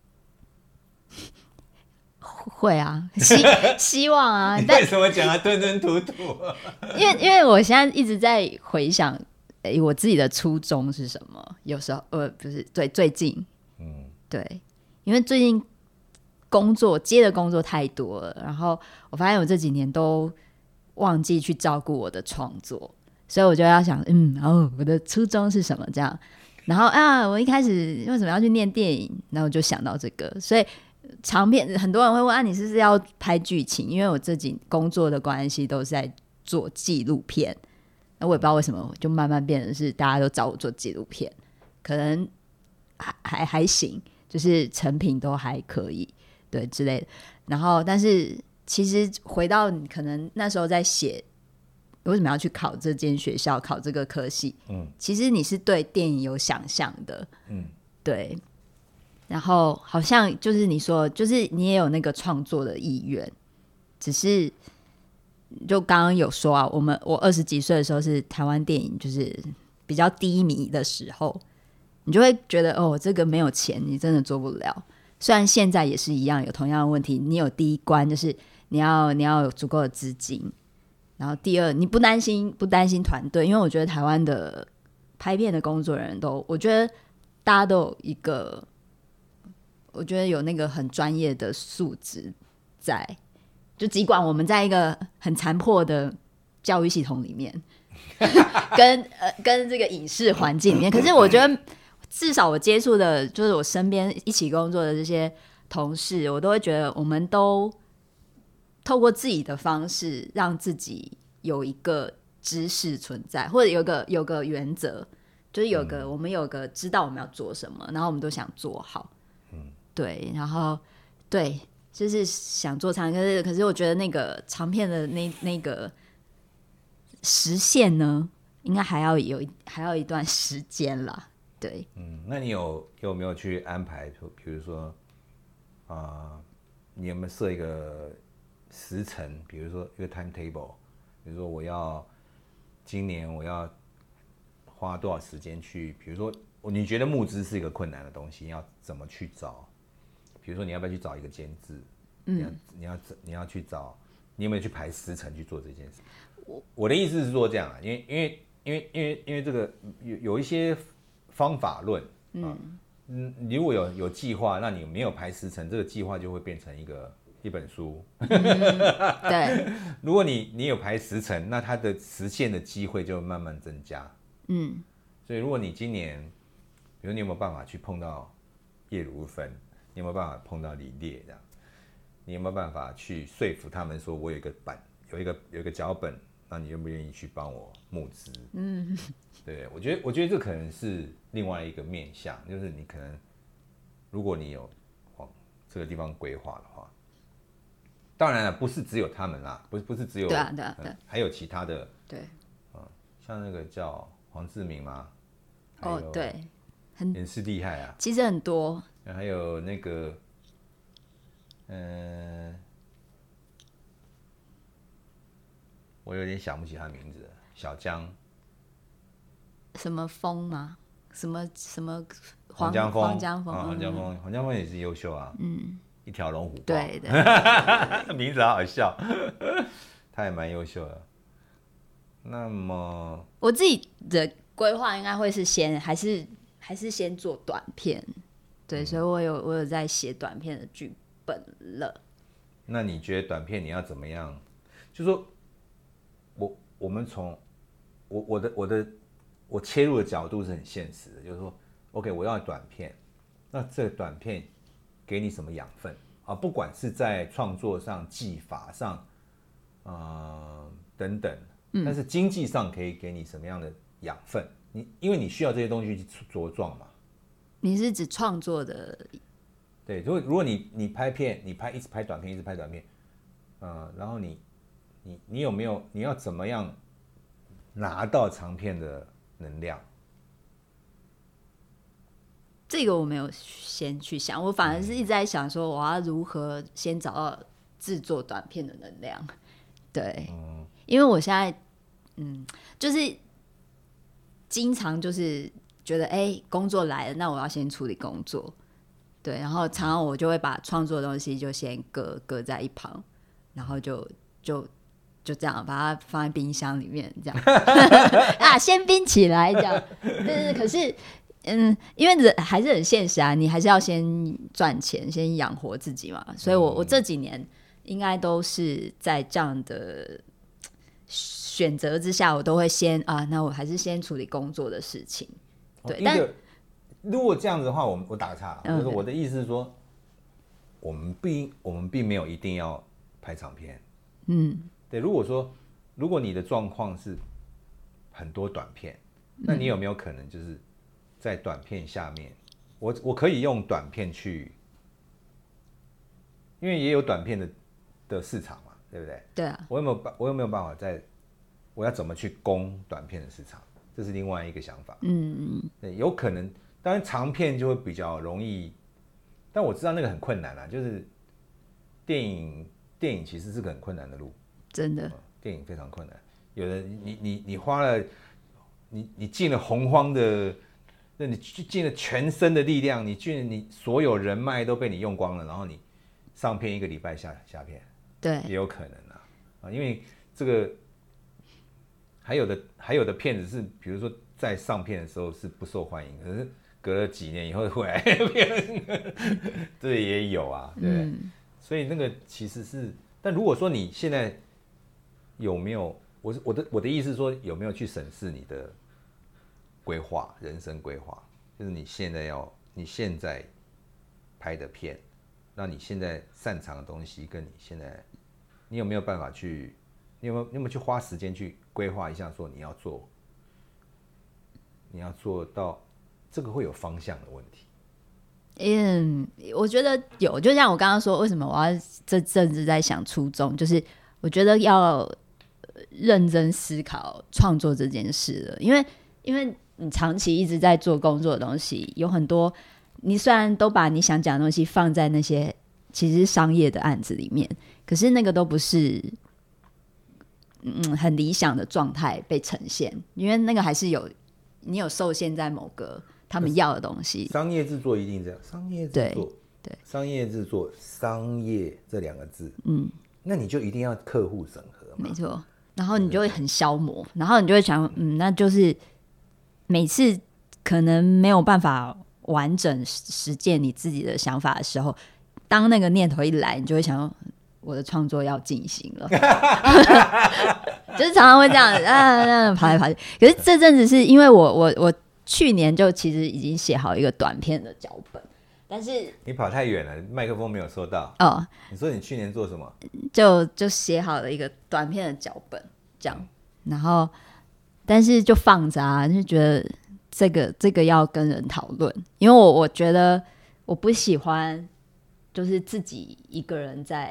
[SPEAKER 3] 会啊，希希望啊。
[SPEAKER 2] 你为什么讲的吞吞吐吐？
[SPEAKER 3] 因为因为我现在一直在回想。欸、我自己的初衷是什么？有时候呃，不是最最近，嗯，对，因为最近工作接的工作太多了，然后我发现我这几年都忘记去照顾我的创作，所以我就要想，嗯，哦，我的初衷是什么？这样，然后啊，我一开始为什么要去念电影？然后我就想到这个，所以长片很多人会问啊，你是不是要拍剧情？因为我这几工作的关系都是在做纪录片。我也不知道为什么，就慢慢变成是大家都找我做纪录片，可能还还还行，就是成品都还可以，对之类的。然后，但是其实回到你可能那时候在写，为什么要去考这间学校，考这个科系？嗯，其实你是对电影有想象的，嗯，对。然后好像就是你说，就是你也有那个创作的意愿，只是。就刚刚有说啊，我们我二十几岁的时候是台湾电影就是比较低迷的时候，你就会觉得哦，这个没有钱，你真的做不了。虽然现在也是一样，有同样的问题，你有第一关就是你要你要有足够的资金，然后第二你不担心不担心团队，因为我觉得台湾的拍片的工作人都，我觉得大家都有一个，我觉得有那个很专业的素质在。就尽管我们在一个很残破的教育系统里面跟、呃、跟这个影视环境里面，可是我觉得至少我接触的就是我身边一起工作的这些同事，我都会觉得我们都透过自己的方式让自己有一个知识存在，或者有个有个原则，就是有个、嗯、我们有个知道我们要做什么，然后我们都想做好，嗯，对，然后对。就是想做长，可是可是我觉得那个长片的那那个实现呢，应该还要有还要一段时间啦。对，
[SPEAKER 2] 嗯，那你有有没有去安排？比如说，啊、呃，你有没有设一个时程？比如说一个 timetable， 比如说我要今年我要花多少时间去？比如说，你觉得募资是一个困难的东西，要怎么去找？比如说，你要不要去找一个监制？嗯，你要你要你要去找，你有没有去排时程去做这件事？我我的意思是说这样啊，因为因为因为因为因为这个有有一些方法论，嗯嗯，你如果有有计划，那你没有排时程，这个计划就会变成一个一本书。嗯、
[SPEAKER 3] 对，
[SPEAKER 2] 如果你你有排时程，那它的实现的机会就慢慢增加。嗯，所以如果你今年，比如你有没有办法去碰到叶如芬？你有没有办法碰到李烈这样？你有没有办法去说服他们说，我有一个版，有一个有一个脚本，那你愿不愿意去帮我募资？嗯，对，我觉得我觉得这可能是另外一个面向，就是你可能如果你有往这个地方规划的话， 当然了，不是只有他们啦，不是不是只有
[SPEAKER 3] 对啊对啊对啊、
[SPEAKER 2] 嗯，还有其他的，
[SPEAKER 3] 对，
[SPEAKER 2] 嗯，像那个叫黄志明嘛，
[SPEAKER 3] 哦对，很
[SPEAKER 2] 也是厉害啊，
[SPEAKER 3] 其实很多，
[SPEAKER 2] 还有那个，嗯、呃，我有点想不起他名字了，小江，
[SPEAKER 3] 什么风吗？什么什么
[SPEAKER 2] 黄江峰，
[SPEAKER 3] 黄江峰，
[SPEAKER 2] 啊，黄江峰，黄江峰也是优秀啊，嗯，一条龙虎豹，
[SPEAKER 3] 对对，
[SPEAKER 2] 名字好好笑，他也蛮优秀的。那么
[SPEAKER 3] 我自己的规划应该会是先还是还是先做短片，对，嗯、所以我有我有在写短片的剧本了。
[SPEAKER 2] 那你觉得短片你要怎么样？就说我我们从我我的我的我切入的角度是很现实的，就是说 ，OK， 我要短片，那这个短片给你什么养分啊？不管是在创作上、技法上，呃等等。但是经济上可以给你什么样的养分？你因为你需要这些东西去茁壮嘛。
[SPEAKER 3] 你是指创作的？
[SPEAKER 2] 对，如果如果你你拍片，你拍一直拍短片，一直拍短片，呃，然后你你你有没有你要怎么样拿到长片的能量？
[SPEAKER 3] 这个我没有先去想，我反而是一直在想说，我要如何先找到制作短片的能量。对。嗯，因为我现在，嗯，就是经常就是觉得，哎、欸，工作来了，那我要先处理工作，对，然后常常我就会把创作的东西就先搁搁在一旁，然后就就就这样把它放在冰箱里面，这样啊，先冰起来，这样，对对。可是，嗯，因为人还是很现实啊，你还是要先赚钱，先养活自己嘛，所以我我这几年应该都是在这样的选择之下，我都会先啊，那我还是先处理工作的事情。对，
[SPEAKER 2] 哦、但如果这样子的话，我我打个岔，就是我的意思是说，我们并我们并没有一定要拍长片。嗯，对。如果说如果你的状况是很多短片，那你有没有可能就是在短片下面，我我可以用短片去，因为也有短片的的市场嘛。对不对？
[SPEAKER 3] 对啊，
[SPEAKER 2] 我有没有我有没有办法在，我要怎么去攻短片的市场？这是另外一个想法。嗯嗯，有可能，当然长片就会比较容易，但我知道那个很困难啦，就是电影电影其实是个很困难的路，
[SPEAKER 3] 真的，
[SPEAKER 2] 嗯、电影非常困难。有的你你你花了，你你尽了洪荒的，那你尽了全身的力量，你尽了你所有人脉都被你用光了，然后你上片一个礼拜下下片。
[SPEAKER 3] 对，
[SPEAKER 2] 也有可能啊，啊，因为这个还有的还有的片子是，比如说在上片的时候是不受欢迎，可是隔了几年以后回来片，这也有啊，对不对？嗯、所以那个其实是，但如果说你现在有没有，我我的我的意思是说，有没有去审视你的规划，人生规划，就是你现在要你现在拍的片。那你现在擅长的东西，跟你现在，你有没有办法去，你有没有你有没有去花时间去规划一下，说你要做，你要做到这个会有方向的问题。
[SPEAKER 3] 嗯，我觉得有，就像我刚刚说，为什么我要这阵子在想初衷，就是我觉得要认真思考创作这件事了，因为因为你长期一直在做工作的东西，有很多。你虽然都把你想讲的东西放在那些其实商业的案子里面，可是那个都不是嗯很理想的状态被呈现，因为那个还是有你有受限在某个他们要的东西。
[SPEAKER 2] 商业制作一定这样，商业制作
[SPEAKER 3] 对, 对
[SPEAKER 2] 商业制作商业这两个字，嗯，那你就一定要客户审核嘛，
[SPEAKER 3] 没错。然后你就会很消磨，然后你就会想，嗯，那就是每次可能没有办法。完整实践你自己的想法的时候，当那个念头一来，你就会想我的创作要进行了就是常常会这样啊啊跑来跑去。可是这阵子是因为我我我去年就其实已经写好一个短片的脚本，但是
[SPEAKER 2] 你跑太远了，麦克风没有收到
[SPEAKER 3] 哦。
[SPEAKER 2] 你说你去年做什么？
[SPEAKER 3] 就就写好了一个短片的脚本，这样，然后但是就放着啊，就觉得。这个这个要跟人讨论，因为我我觉得我不喜欢就是自己一个人在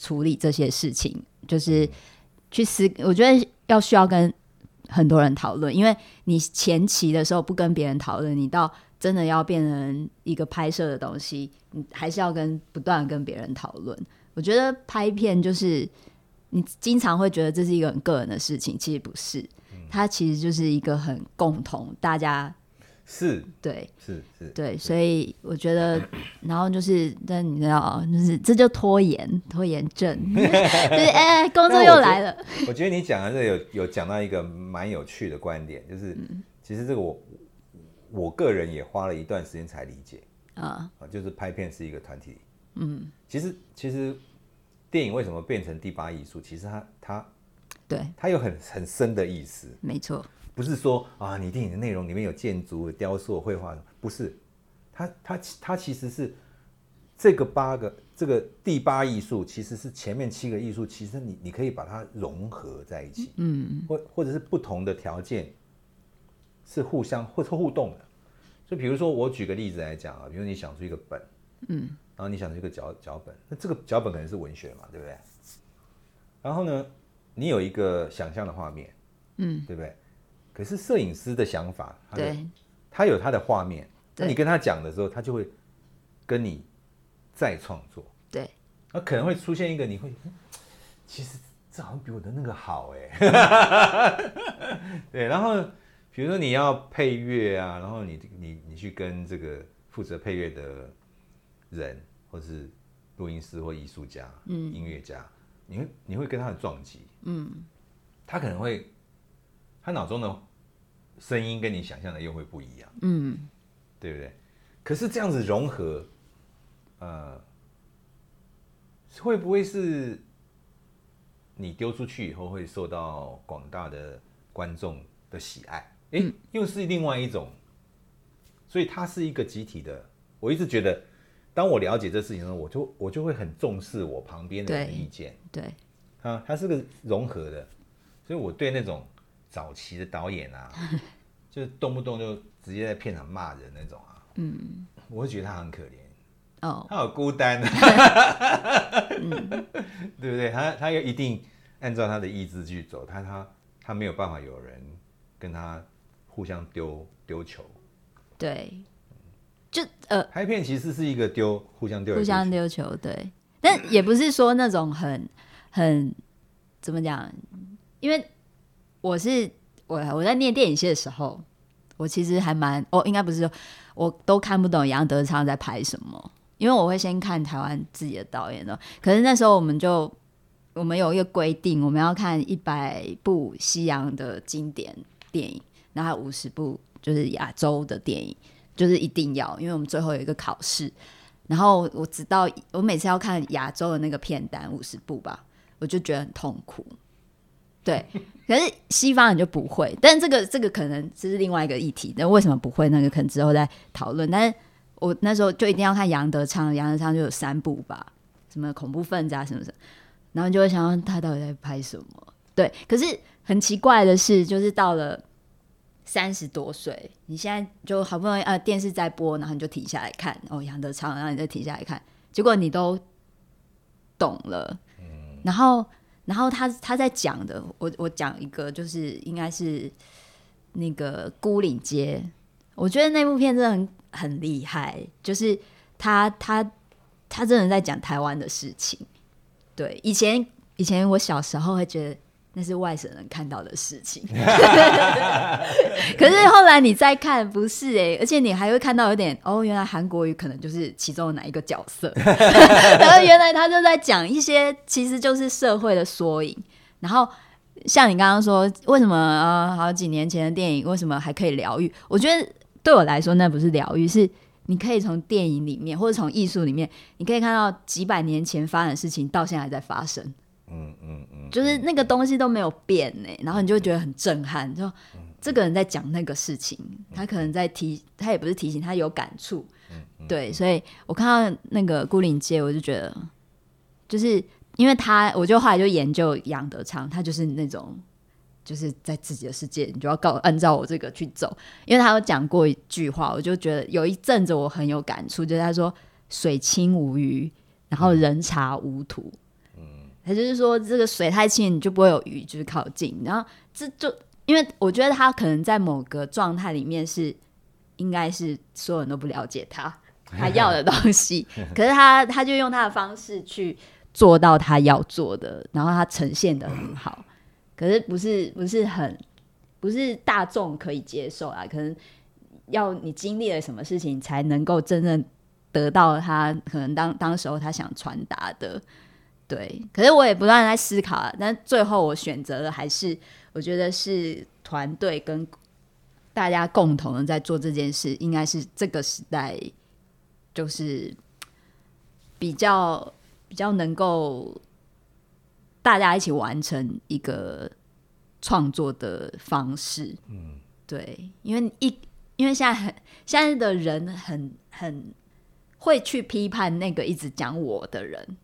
[SPEAKER 3] 处理这些事情，就是去思，我觉得要需要跟很多人讨论，因为你前期的时候不跟别人讨论，你到真的要变成一个拍摄的东西，你还是要跟不断跟别人讨论。我觉得拍片就是你经常会觉得这是一个很个人的事情，其实不是，它其实就是一个很共同，大家
[SPEAKER 2] 是，
[SPEAKER 3] 对，
[SPEAKER 2] 是是，
[SPEAKER 3] 对，所以我觉得，然后就是，但你知道，就是这就拖延，拖延症，就是哎、欸，工作又来了。
[SPEAKER 2] 我觉, 我觉得你讲的这有有讲到一个蛮有趣的观点，就是、嗯、其实这个我我个人也花了一段时间才理解啊，就是拍片是一个团体。嗯，其实其实电影为什么变成第八艺术？其实它它
[SPEAKER 3] 对
[SPEAKER 2] 它有很很深的意思，
[SPEAKER 3] 没错。
[SPEAKER 2] 不是说啊，你电影的内容里面有建筑、雕塑、绘画，不是，它它它其实是这个八个这个第八艺术，其实是前面七个艺术，其实你你可以把它融合在一起，嗯，或或者是不同的条件是互相或互动的。就比如说我举个例子来讲啊，比如你想出一个本，嗯，然后你想出一个脚脚本，那这个脚本可能是文学嘛，对不对？然后呢，你有一个想象的画面，嗯，对不对？可是摄影师的想法，他的
[SPEAKER 3] 对，
[SPEAKER 2] 他有他的画面，那你跟他讲的时候，他就会跟你再创作，
[SPEAKER 3] 对，
[SPEAKER 2] 那可能会出现一个你会，其实这好像比我的那个好哎，对，然后比如说你要配乐啊，然后你你你去跟这个负责配乐的人，或是录音师或艺术家、嗯、音乐家，你会你会跟他的撞击，嗯，他可能会。他脑中的声音跟你想象的又会不一样，嗯，对不对？可是这样子融合，呃，会不会是你丢出去以后会受到广大的观众的喜爱？哎、嗯，又是另外一种，所以它是一个集体的。我一直觉得，当我了解这事情的时候，我就我就会很重视我旁边的人的意见，
[SPEAKER 3] 对，对
[SPEAKER 2] 啊，它是个融合的，所以我对那种。早期的导演啊，就是动不动就直接在片场骂人那种啊，嗯，我会觉得他很可怜，哦，他好孤单啊，嗯、对不对？他他又一定按照他的意志去走，他他他没有办法有人跟他互相丢丢球，
[SPEAKER 3] 对，就呃，
[SPEAKER 2] 拍片其实是一个丢互相丢
[SPEAKER 3] 互相丢球，对，但也不是说那种很很怎么讲，因为。我是我我在念电影系的时候，我其实还蛮哦，应该不是说我都看不懂杨德昌在拍什么，因为我会先看台湾自己的导演的。可是那时候我们就我们有一个规定，我们要看一百部西洋的经典电影，然后还有五十部就是亚洲的电影，就是一定要，因为我们最后有一个考试。然后我直到我每次要看亚洲的那个片单五十部吧，我就觉得很痛苦。对，可是西方人就不会，但这个这个可能这是另外一个议题，那为什么不会？那个可能之后再讨论。但是我那时候就一定要看杨德昌，杨德昌就有三部吧，什么恐怖分子啊什么什么，然后就会想到他到底在拍什么。对，可是很奇怪的是，就是到了三十多岁，你现在就好不容易呃电视在播，然后你就停下来看哦杨德昌，然后你再停下来看，结果你都懂了，然后。然后他他在讲的，我我讲一个，就是应该是那个孤岭街，我觉得那部片真的很很厉害，就是他他他真的在讲台湾的事情。对，以前以前我小时候会觉得那是外省人看到的事情，可是后来你再看不是哎、欸，而且你还会看到有点哦，原来韩国瑜可能就是其中的哪一个角色，然后原来他就在讲一些其实就是社会的缩影。然后像你刚刚说，为什么呃好几年前的电影为什么还可以疗愈？我觉得对我来说那不是疗愈，是你可以从电影里面或者从艺术里面，你可以看到几百年前发生的事情到现在还在发生。嗯嗯嗯，就是那个东西都没有变呢、欸，然后你就会觉得很震撼，就这个人在讲那个事情，他可能在提，他也不是提醒，他有感触，对，所以我看到那个孤岭街，我就觉得，就是因为他，我就后来就研究杨德昌，他就是那种，就是在自己的世界，你就要告按照我这个去走，因为他有讲过一句话，我就觉得有一阵子我很有感触，就是他说水清无鱼，然后人茶无土。 他就是说这个水太清，你就不会有鱼就是靠近。然后这就因为我觉得他可能在某个状态里面是，应该是所有人都不了解他他要的东西，可是他他就用他的方式去做到他要做的，然后他呈现得很好。可是不是不是很不是大众可以接受啊，可能要你经历了什么事情才能够真正得到他可能当当时候他想传达的。对，可是我也不断在思考啊，但最后我选择的还是我觉得是团队跟大家共同的在做这件事，应该是这个时代就是比较比较能够大家一起完成一个创作的方式。嗯，对，因为一因为现在很现在的人很很会去批判那个一直讲我的人。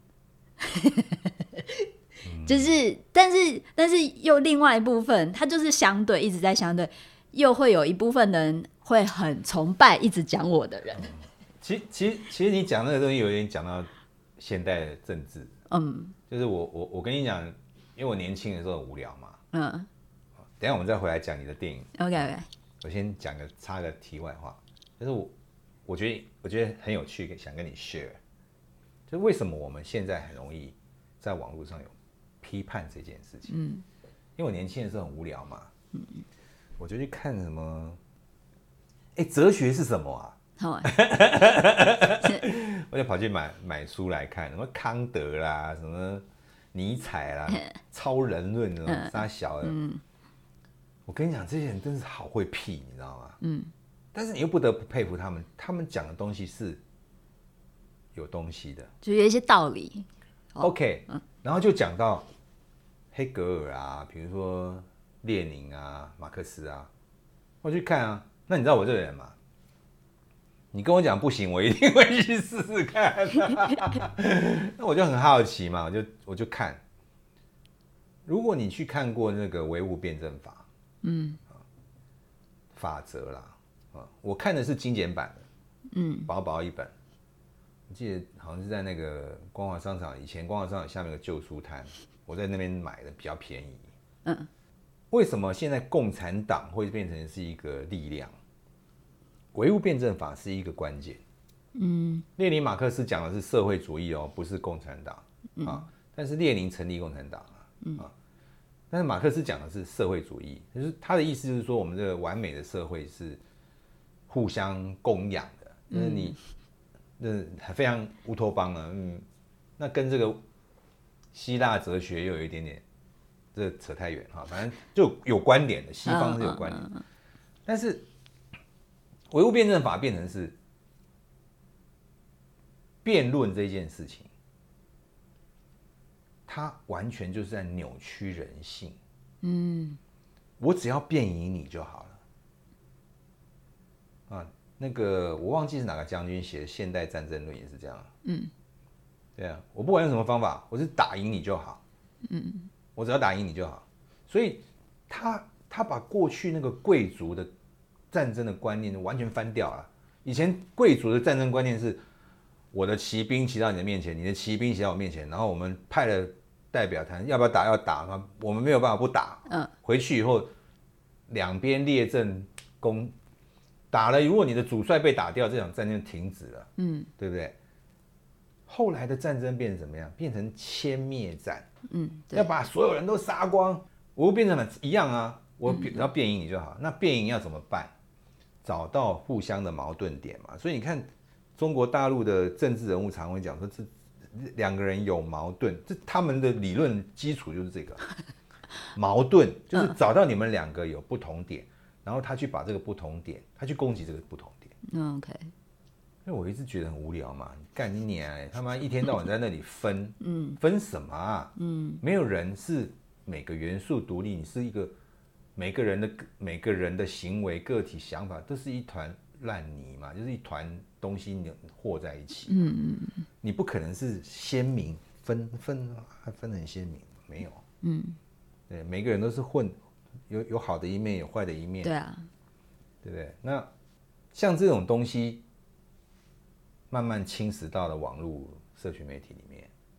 [SPEAKER 3] 就是但是但是又另外一部分他就是相对一直在相对，又会有一部分人会很崇拜一直讲我的人。
[SPEAKER 2] 其实其实其实你讲那个东西有点讲到现代的政治。嗯，就是我我我跟你讲，因为我年轻的时候很无聊嘛。嗯，等一下我们再回来讲你的电影。
[SPEAKER 3] OK OK，
[SPEAKER 2] 我先讲个插个题外话，就是我我觉得我觉得很有趣，想跟你 share。就为什么我们现在很容易在网络上有批判这件事情？嗯，因为我年轻的时候很无聊嘛，嗯，我就去看什么，哎，哲学是什么啊？好啊，我就跑去买买书来看，什么康德啦，什么尼采啦，超人论什么啥小的。嗯，我跟你讲，这些人真是好会屁，你知道吗？嗯，但是你又不得不佩服他们，他们讲的东西是有东西的，
[SPEAKER 3] 就有一些道理。
[SPEAKER 2] OK，嗯，然后就讲到黑格尔啊，比如说列宁啊、马克思啊，我去看啊。那你知道我这个人吗？你跟我讲不行，我一定会去试试看。那我就很好奇嘛，我就我就看。如果你去看过那个唯物辩证法，嗯，法则啦，啊，我看的是精简版的，嗯，薄薄一本。我记得好像是在那个光华商场，以前光华商场下面有个旧书摊，我在那边买的比较便宜。嗯，为什么现在共产党会变成是一个力量？唯物辩证法是一个关键。嗯，列宁、马克思讲的是社会主义哦，不是共产党、嗯、啊。但是列宁成立共产党啊，嗯、啊，但是马克思讲的是社会主义，就是他的意思就是说，我们这个完美的社会是互相供养的，就是你。嗯，非常乌托邦啊，嗯，那跟这个希腊哲学又有一点点，这扯太远哈，反正就有关联的，西方是有关联的，但是唯物辩证法变成是辩论这件事情，它完全就是在扭曲人性。嗯，我只要辩赢你就好了啊。那个我忘记是哪个将军写的《现代战争论》也是这样。嗯，对啊，我不管用什么方法，我是打赢你就好。嗯，我只要打赢你就好。所以他他把过去那个贵族的战争的观念完全翻掉了。以前贵族的战争观念是，我的骑兵骑到你的面前，你的骑兵骑到我面前，然后我们派了代表谈要不要打，要打，我们没有办法不打。嗯，回去以后两边列阵攻。打了，如果你的主帅被打掉，这场战争停止了，嗯，对不对？后来的战争变成怎么样？变成歼灭战，嗯，要把所有人都杀光。我变成了一样啊，我只要辩赢你就好。那辩赢要怎么办？找到互相的矛盾点嘛。所以你看，中国大陆的政治人物常会讲说，这两个人有矛盾，这他们的理论基础就是这个矛盾，就是找到你们两个有不同点。然后他去把这个不同点，他去攻击这个不同点。嗯 ，OK。因为我一直觉得很无聊嘛，干你娘、欸！他妈一天到晚在那里分，嗯，分什么啊？嗯，没有人是每个元素独立，你是一个每个人的每个人的行为、个体想法都是一团烂泥嘛，就是一团东西和在一起。嗯嗯，你不可能是鲜明分分还分得很鲜明，没有。嗯，对，每个人都是混。有有好的一面，有坏的一面，
[SPEAKER 3] 对啊，
[SPEAKER 2] 对不对？那像这种东西，慢慢侵蚀到了网络社群媒体里面，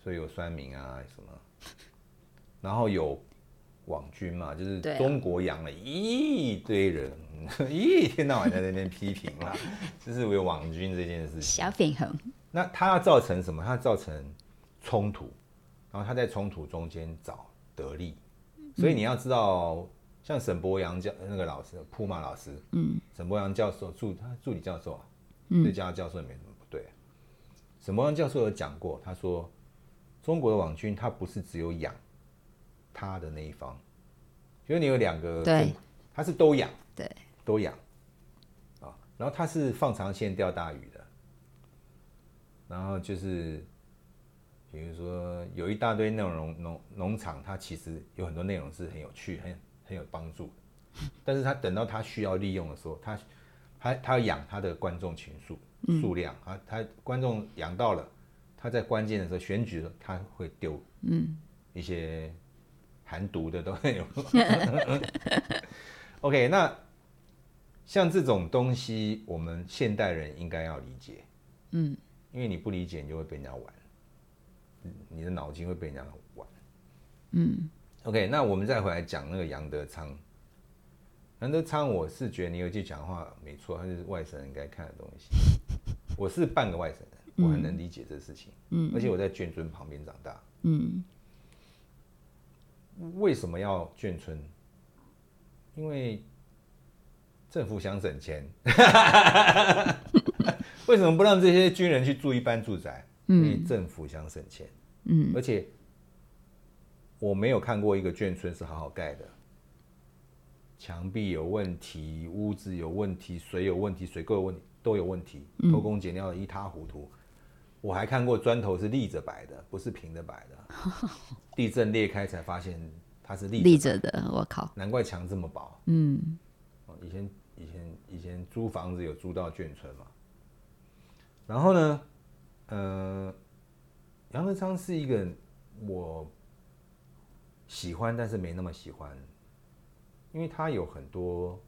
[SPEAKER 2] 所以有酸民啊什么，然后有网军嘛，就是
[SPEAKER 3] 对啊
[SPEAKER 2] 中国养了一堆人，一天到晚在那边批评啦，就是有网军这件事情。
[SPEAKER 3] 小粉红，
[SPEAKER 2] 那它要造成什么？它要造成冲突，然后他在冲突中间找得利，所以你要知道，像沈伯洋教那个老师，铺马老师，嗯，沈伯洋教授助他助理教授啊，对家教授也没什么不对。沈伯洋教授有讲过，他说中国的网军他不是只有养他的那一方，因为你有两个，
[SPEAKER 3] 对，
[SPEAKER 2] 他是都养，
[SPEAKER 3] 对，
[SPEAKER 2] 都养啊，然后他是放长线钓大鱼的，然后就是比如说有一大堆内容农农场，它其实有很多内容是很有趣、很很有帮助的，但是他等到他需要利用的时候，他他他要养他的观众群数数量，他他观众养到了，他在关键的时候选举的时候，他会丢一些含毒的都很有。OK， 那像这种东西，我们现代人应该要理解，嗯，因为你不理解，你就会被人家玩。你的脑筋会被人家玩，嗯 ，OK， 那我们再回来讲那个杨德昌。杨德昌，我是觉得你有句讲话没错，他是外省人应该看的东西。我是半个外省人，我很能理解这事情，嗯，而且我在眷村旁边长大，嗯。为什么要眷村？因为政府想省钱。为什么不让这些军人去住一般住宅？因为政府想省钱，嗯，而且我没有看过一个眷村是好好盖的，墙壁有问题，屋子有问题，水有问题，水沟有问题，都有问题，偷工减料的一塌糊涂。我还看过砖头是立着摆的，不是平的摆的，地震裂开才发现它是立
[SPEAKER 3] 立着的，我靠，
[SPEAKER 2] 难怪墙这么薄。嗯，以前以前以前租房子有租到眷村嘛，然后呢？呃，杨德昌是一个我喜欢，但是没那么喜欢，因为他有很多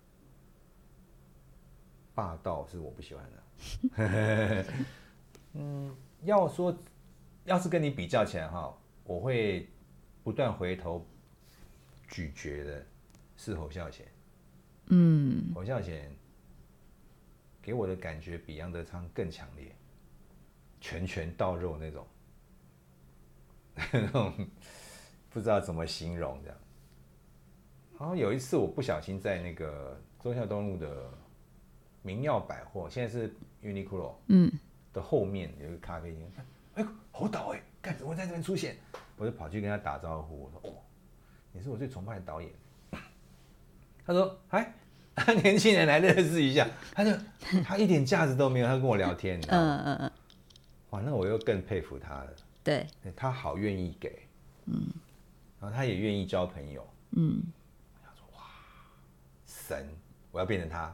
[SPEAKER 2] 霸道是我不喜欢的。嗯，要说要是跟你比较起来哈，我会不断回头咀嚼的是侯孝贤。嗯，侯孝贤给我的感觉比杨德昌更强烈。拳拳到肉那种，那种不知道怎么形容这样。然后有一次我不小心在那个忠孝东路的明耀百货，现在是 Uniqlo 的后面有一个咖啡厅，哎，侯导哎，干怎么在这边出现？我就跑去跟他打招呼，我说：“哦，你是我最崇拜的导演。”他说：“哎。”年轻人来认识一下，他就他一点架子都没有，他跟我聊天，你知道吗？嗯嗯嗯。哇，那我又更佩服他了。
[SPEAKER 3] 对，
[SPEAKER 2] 他好愿意给，嗯，然后他也愿意交朋友，嗯。我想说，哇，神，我要变成他。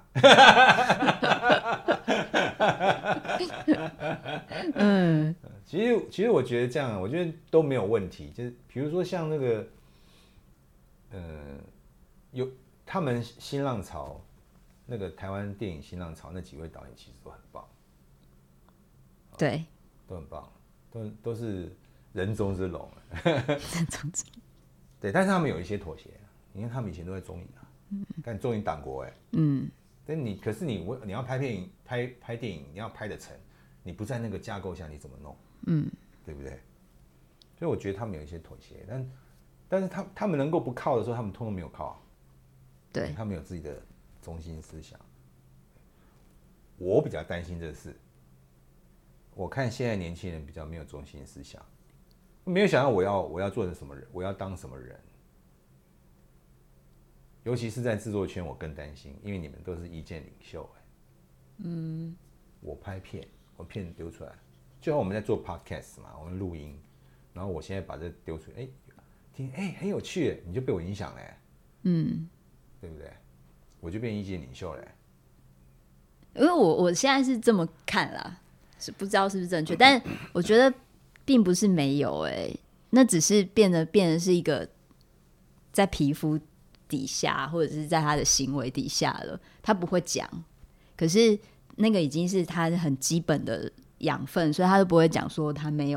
[SPEAKER 2] 嗯，其实其实我觉得这样，我觉得都没有问题。就是比如说像那个，嗯，有他们新浪潮，那个台湾电影新浪潮那几位导演其实都很棒。
[SPEAKER 3] 对。
[SPEAKER 2] 都很棒，都都是人中之龙。
[SPEAKER 3] 人中之龙。
[SPEAKER 2] 对，但是他们有一些妥协。你看他们以前都在中影啊，但中影党国哎，嗯，但你可是你你要拍电影拍拍电影，你要拍得成，你不在那个架构下你怎么弄？嗯，对不对？所以我觉得他们有一些妥协，但但是他他们能够不靠的时候，他们通通没有靠。
[SPEAKER 3] 对，
[SPEAKER 2] 他们有自己的中心思想。我比较担心这事。我看现在年轻人比较没有中心思想，没有想到我要我要做成什么人，我要当什么人。尤其是在制作圈，我更担心，因为你们都是意见领袖、欸。嗯，我拍片，我片丢出来，就像我们在做 podcast 嘛，我们录音，然后我现在把这丢出来，哎、欸，听，哎、欸，很有趣、欸，你就被我影响了、欸，嗯，对不对？我就变意见领袖了、欸。
[SPEAKER 3] 因为我我现在是这么看啦。是不知道是不是正确，但我觉得并不是没有哎、欸，那只是变得变得是一个在皮肤底下，或者是在他的行为底下了。他不会讲，可是那个已经是他很基本的养分，所以他都不会讲说他没有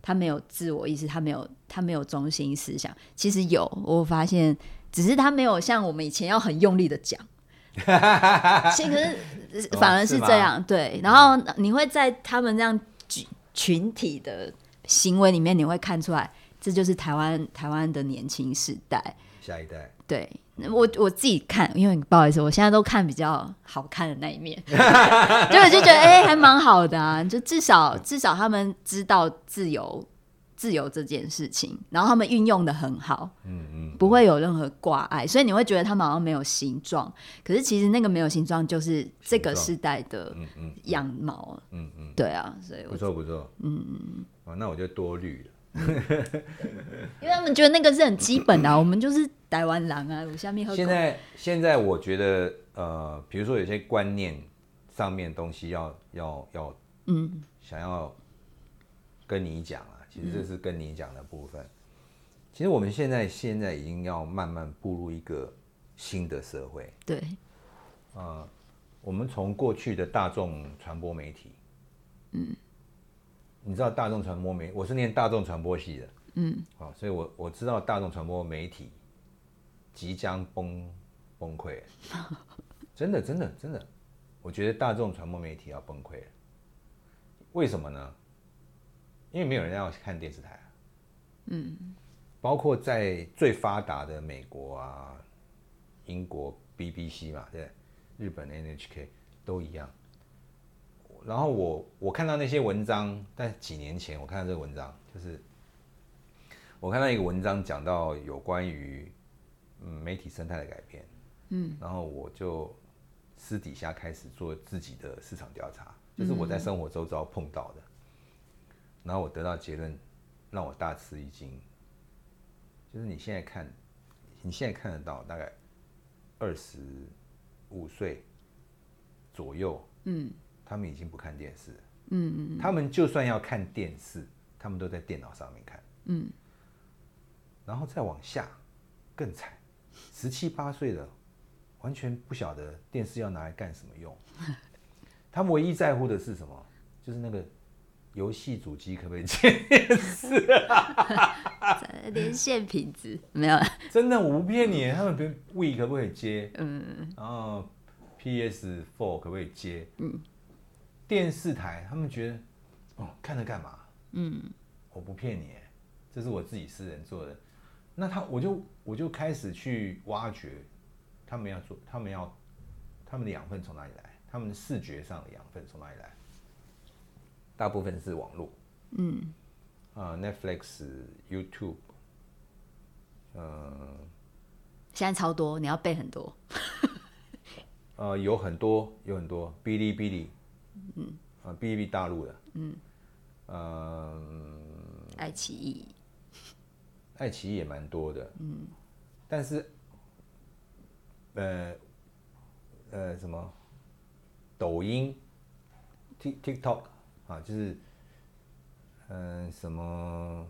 [SPEAKER 3] 他没有自我意识，他没有他没有中心思想。其实有，我发现，只是他没有像我们以前要很用力的讲。其实反而是这样，哦、对。然后你会在他们这样群体的行为里面，你会看出来，这就是台湾台湾的年轻世代，
[SPEAKER 2] 下一代。
[SPEAKER 3] 对，我我自己看，因为不好意思，我现在都看比较好看的那一面，就我就觉得哎、欸，还蛮好的啊，就至少至少他们知道自由。自由这件事情，然后他们运用的很好，嗯嗯，不会有任何挂碍，所以你会觉得他们好像没有形状，可是其实那个没有形状就是这个时代的样貌，嗯 嗯, 嗯，对啊，所以
[SPEAKER 2] 不错不错，嗯嗯，哦，那我就多虑了，
[SPEAKER 3] 因为他们觉得那个是很基本的、啊，我们就是台湾人啊，我下面喝。
[SPEAKER 2] 现在现在我觉得呃，比如说有些观念上面东西要要要，嗯，想要跟你讲啊。其实这是跟你讲的部分。其实我们现在现在已经要慢慢步入一个新的社会。
[SPEAKER 3] 对。
[SPEAKER 2] 呃，我们从过去的大众传播媒体，嗯，你知道大众传播媒，我是念大众传播系的，嗯，啊，所以我我知道大众传播媒体即将崩崩溃，真的真的真的，我觉得大众传播媒体要崩溃了。为什么呢？因为没有人要看电视台、啊，嗯，包括在最发达的美国啊、英国 B B C 嘛，对，日本 N H K 都一样。然后我我看到那些文章，在几年前我看到这个文章，就是我看到一个文章讲到有关于嗯媒体生态的改变，嗯，然后我就私底下开始做自己的市场调查，就是我在生活周遭碰到的。然后我得到结论，让我大吃一惊。就是你现在看，你现在看得到，大概二十五岁左右，嗯，他们已经不看电视，嗯嗯，他们就算要看电视，他们都在电脑上面看，嗯，然后再往下更惨，十七八岁的完全不晓得电视要拿来干什么用，他们唯一在乎的是什么？就是那个。游戏主机可不可以接电视啊？
[SPEAKER 3] 连线品质没有，
[SPEAKER 2] 真的我不骗你，他们比如 Wii 可不可以接？嗯，然后 P S 四 可不可以接？嗯，电视台他们觉得，哦，看它干嘛？嗯，我不骗你，这是我自己私人做的。那他我就我就开始去挖掘，他们要做，他们要他们的养分从哪里来？他们的视觉上的养分从哪里来？大部分是网络，嗯，啊、呃、，Netflix、YouTube， 呃，
[SPEAKER 3] 现在超多，你要背很多，
[SPEAKER 2] 呃，有很多，有很多，哔哩哔哩，嗯，啊、呃，哔哩哔哩大陆的，嗯，呃，
[SPEAKER 3] 爱奇艺，
[SPEAKER 2] 爱奇艺也蛮多的，嗯，但是，呃，呃，什么，抖音 ，TikTok。啊，就是，嗯、呃，什么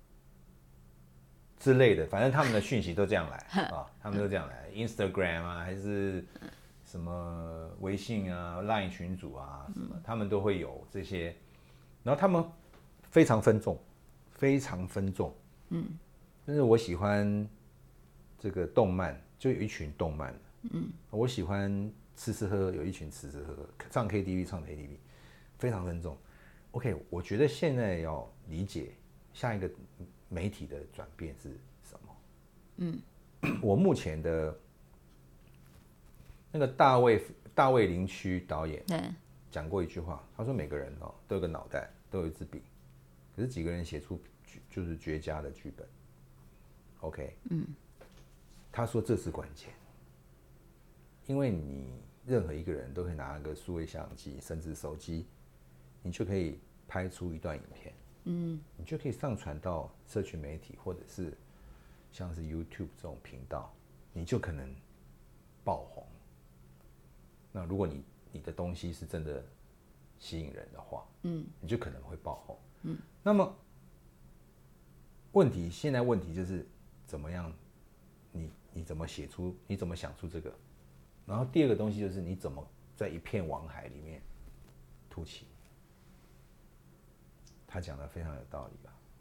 [SPEAKER 2] 之类的，反正他们的讯息都这样来啊，他们都这样来 ，Instagram 啊，还是什么微信啊、Line 群组啊，什么，他们都会有这些，然后他们非常分众，非常分众，嗯，但是我喜欢这个动漫，就有一群动漫，嗯，我喜欢吃吃喝喝，有一群吃吃喝喝，唱 K T V 唱 K T V， 非常分众。OK， 我觉得现在要理解下一个媒体的转变是什么。嗯，我目前的那个大卫大卫林区导演讲过一句话，他说每个人哦都有个脑袋，都有一支笔，可是几个人写出就是绝佳的剧本。OK， 嗯，他说这是关键，因为你任何一个人都可以拿个数位相机，甚至手机。你就可以拍出一段影片，嗯，你就可以上传到社群媒体，或者是像是 YouTube 这种频道，你就可能爆红。那如果你你的东西是真的吸引人的话，嗯，你就可能会爆红，嗯。那么问题现在问题就是怎么样你，你你怎么写出，你怎么想出这个？然后第二个东西就是你怎么在一片网海里面凸起。他讲的非常有道理吧？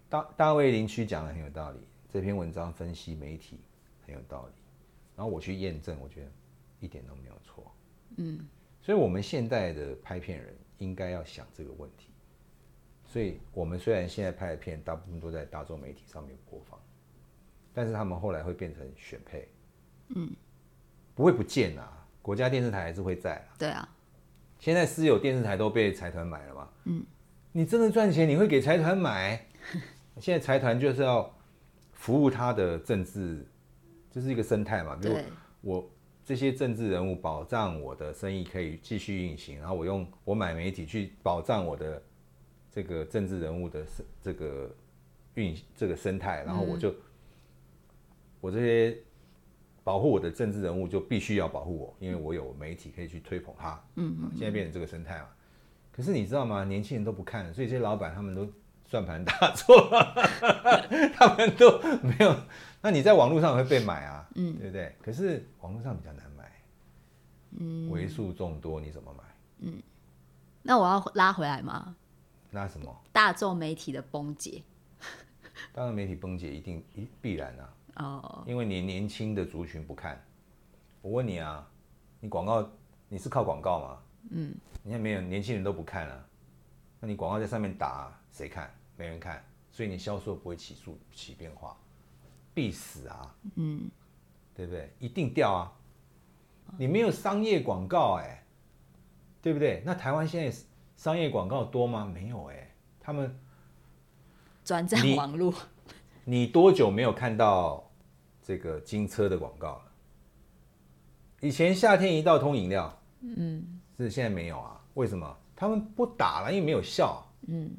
[SPEAKER 2] 大大卫林区讲的很有道理，这篇文章分析媒体很有道理，然后我去验证，我觉得一点都没有错。嗯，所以我们现在的拍片人应该要想这个问题。所以我们虽然现在拍的片大部分都在大众媒体上面播放，但是他们后来会变成选配，嗯，不会不见啊，国家电视台还是会在啊。
[SPEAKER 3] 对啊，现
[SPEAKER 2] 在私有电视台都被财团买了嘛，嗯，你真的赚钱，你会给财团买？现在财团就是要服务他的政治，这、就是一个生态嘛。比如我这些政治人物保障我的生意可以继续运行，然后我用我买媒体去保障我的这个政治人物的这个运这个生态，然后我就、嗯、我这些保护我的政治人物就必须要保护我，因为我有媒体可以去推捧他。嗯嗯，现在变成这个生态嘛。可是你知道吗？年轻人都不看了，所以这些老板他们都算盘打错了，他们都没有。那你在网络上会被买啊，嗯，对不对？可是网络上比较难买，嗯，为数众多，你怎么买？
[SPEAKER 3] 嗯，那我要拉回来吗？
[SPEAKER 2] 拉什么？
[SPEAKER 3] 大众媒体的崩解。
[SPEAKER 2] 大众媒体崩解一定必然啊，哦，因为你年轻的族群不看。我问你啊，你广告你是靠广告吗？嗯，你看没有，年轻人都不看啊，那你广告在上面打，谁看？没人看，所以你销售不会起速起变化，必死啊，嗯，对不对？一定掉啊，你没有商业广告哎、欸，对不对？那台湾现在商业广告多吗？没有哎、欸，他们
[SPEAKER 3] 转战网络。
[SPEAKER 2] 你多久没有看到这个金车的广告了？以前夏天一到通饮料，嗯，是现在没有啊？为什么？他们不打了，因为没有效，嗯，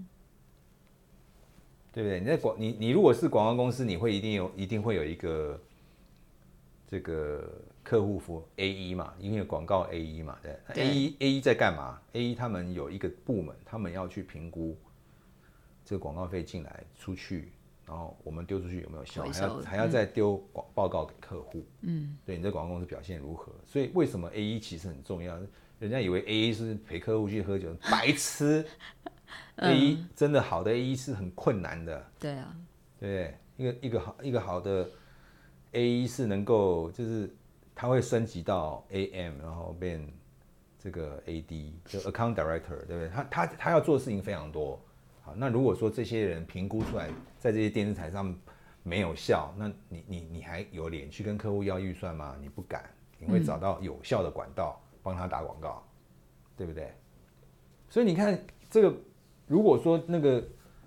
[SPEAKER 2] 对不对？你在广你你如果是广告公司，你会一定有一定会有一个这个客户服务 A E 嘛，因为有广告 A E 嘛，对。A E A E 在干嘛 ？A E 他们有一个部门，他们要去评估这个广告费进来出去，然后我们丢出去有没有效，还要还要再丢广报告给客户。嗯，对你这广告公司表现如何？所以为什么 A E 其实很重要？人家以为 A E 是陪客户去喝酒，白痴。A E 真的好的 A E 是很困难的。
[SPEAKER 3] 对啊，
[SPEAKER 2] 对，一个一个好一个好的 A E 是能够就是它会升级到 A M， 然后变这个 A D， 就 Account Director， 对不对？他他他要做的事情非常多。好，那如果说这些人评估出来在这些电视台上没有效，那你你你还有脸去跟客户要预算吗？你不敢，你会找到有效的管道帮他打广告，对不对？所以你看这个，如果说那个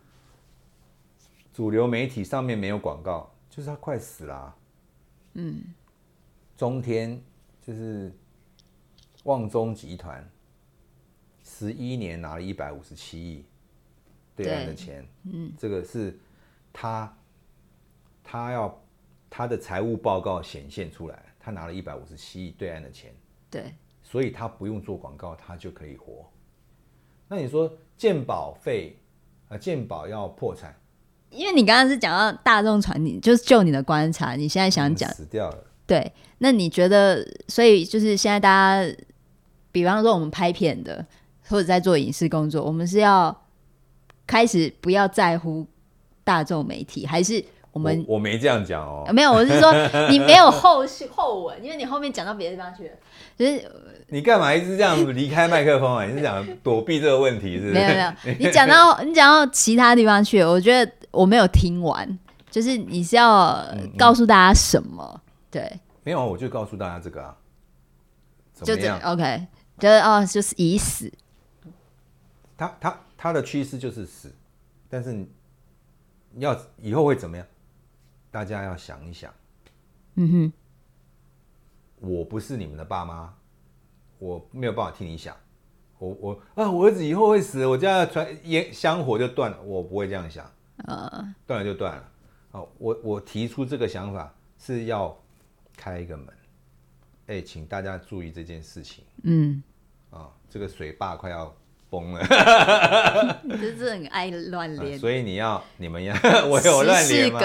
[SPEAKER 2] 主流媒体上面没有广告，就是他快死了啊。嗯，中天就是旺中集团，十一年拿了一百五十七亿对岸的钱，嗯，这个是他他要他的财务报告显现出来，他拿了一百五十七亿对岸的钱，
[SPEAKER 3] 对，
[SPEAKER 2] 所以他不用做广告，他就可以活。那你说健保费啊，健保要破产？
[SPEAKER 3] 因为你刚刚是讲到大众传递，就是就你的观察，你现在想讲
[SPEAKER 2] 死掉了。
[SPEAKER 3] 对，那你觉得，所以就是现在大家，比方说我们拍片的，或者在做影视工作，我们是要开始不要在乎大众媒体，还是我们
[SPEAKER 2] 我, 我没这样讲哦，
[SPEAKER 3] 没有，我是说你没有后续后文，因为你后面讲到别的地方去了，就是
[SPEAKER 2] 你干嘛一直这样离开麦克风啊？你是想躲避这个问题是不是？
[SPEAKER 3] 没有没有，你讲到你讲到其他地方去了，我觉得我没有听完，就是你是要告诉大家什么？嗯嗯对，
[SPEAKER 2] 没有，我就告诉大家这个啊，怎
[SPEAKER 3] 么样？就 OK， 就是哦，就是已死。
[SPEAKER 2] 他他他的趋势就是死，但是你要以后会怎么样？大家要想一想。嗯哼，我不是你们的爸妈，我没有办法替你想。我我啊，我儿子以后会死，我家的传烟香火就断了，我不会这样想。呃，断了就断了。好，我我提出这个想法是要开一个门，哎、欸，请大家注意这件事情。嗯，啊，这个水坝快要崩了，
[SPEAKER 3] 就是很爱乱连、
[SPEAKER 2] 啊，所以你要你们要我有乱连吗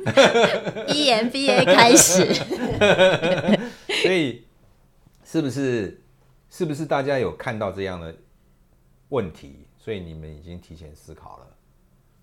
[SPEAKER 3] ？E M B A 开始，
[SPEAKER 2] 所以是不是是不是大家有看到这样的问题？所以你们已经提前思考了，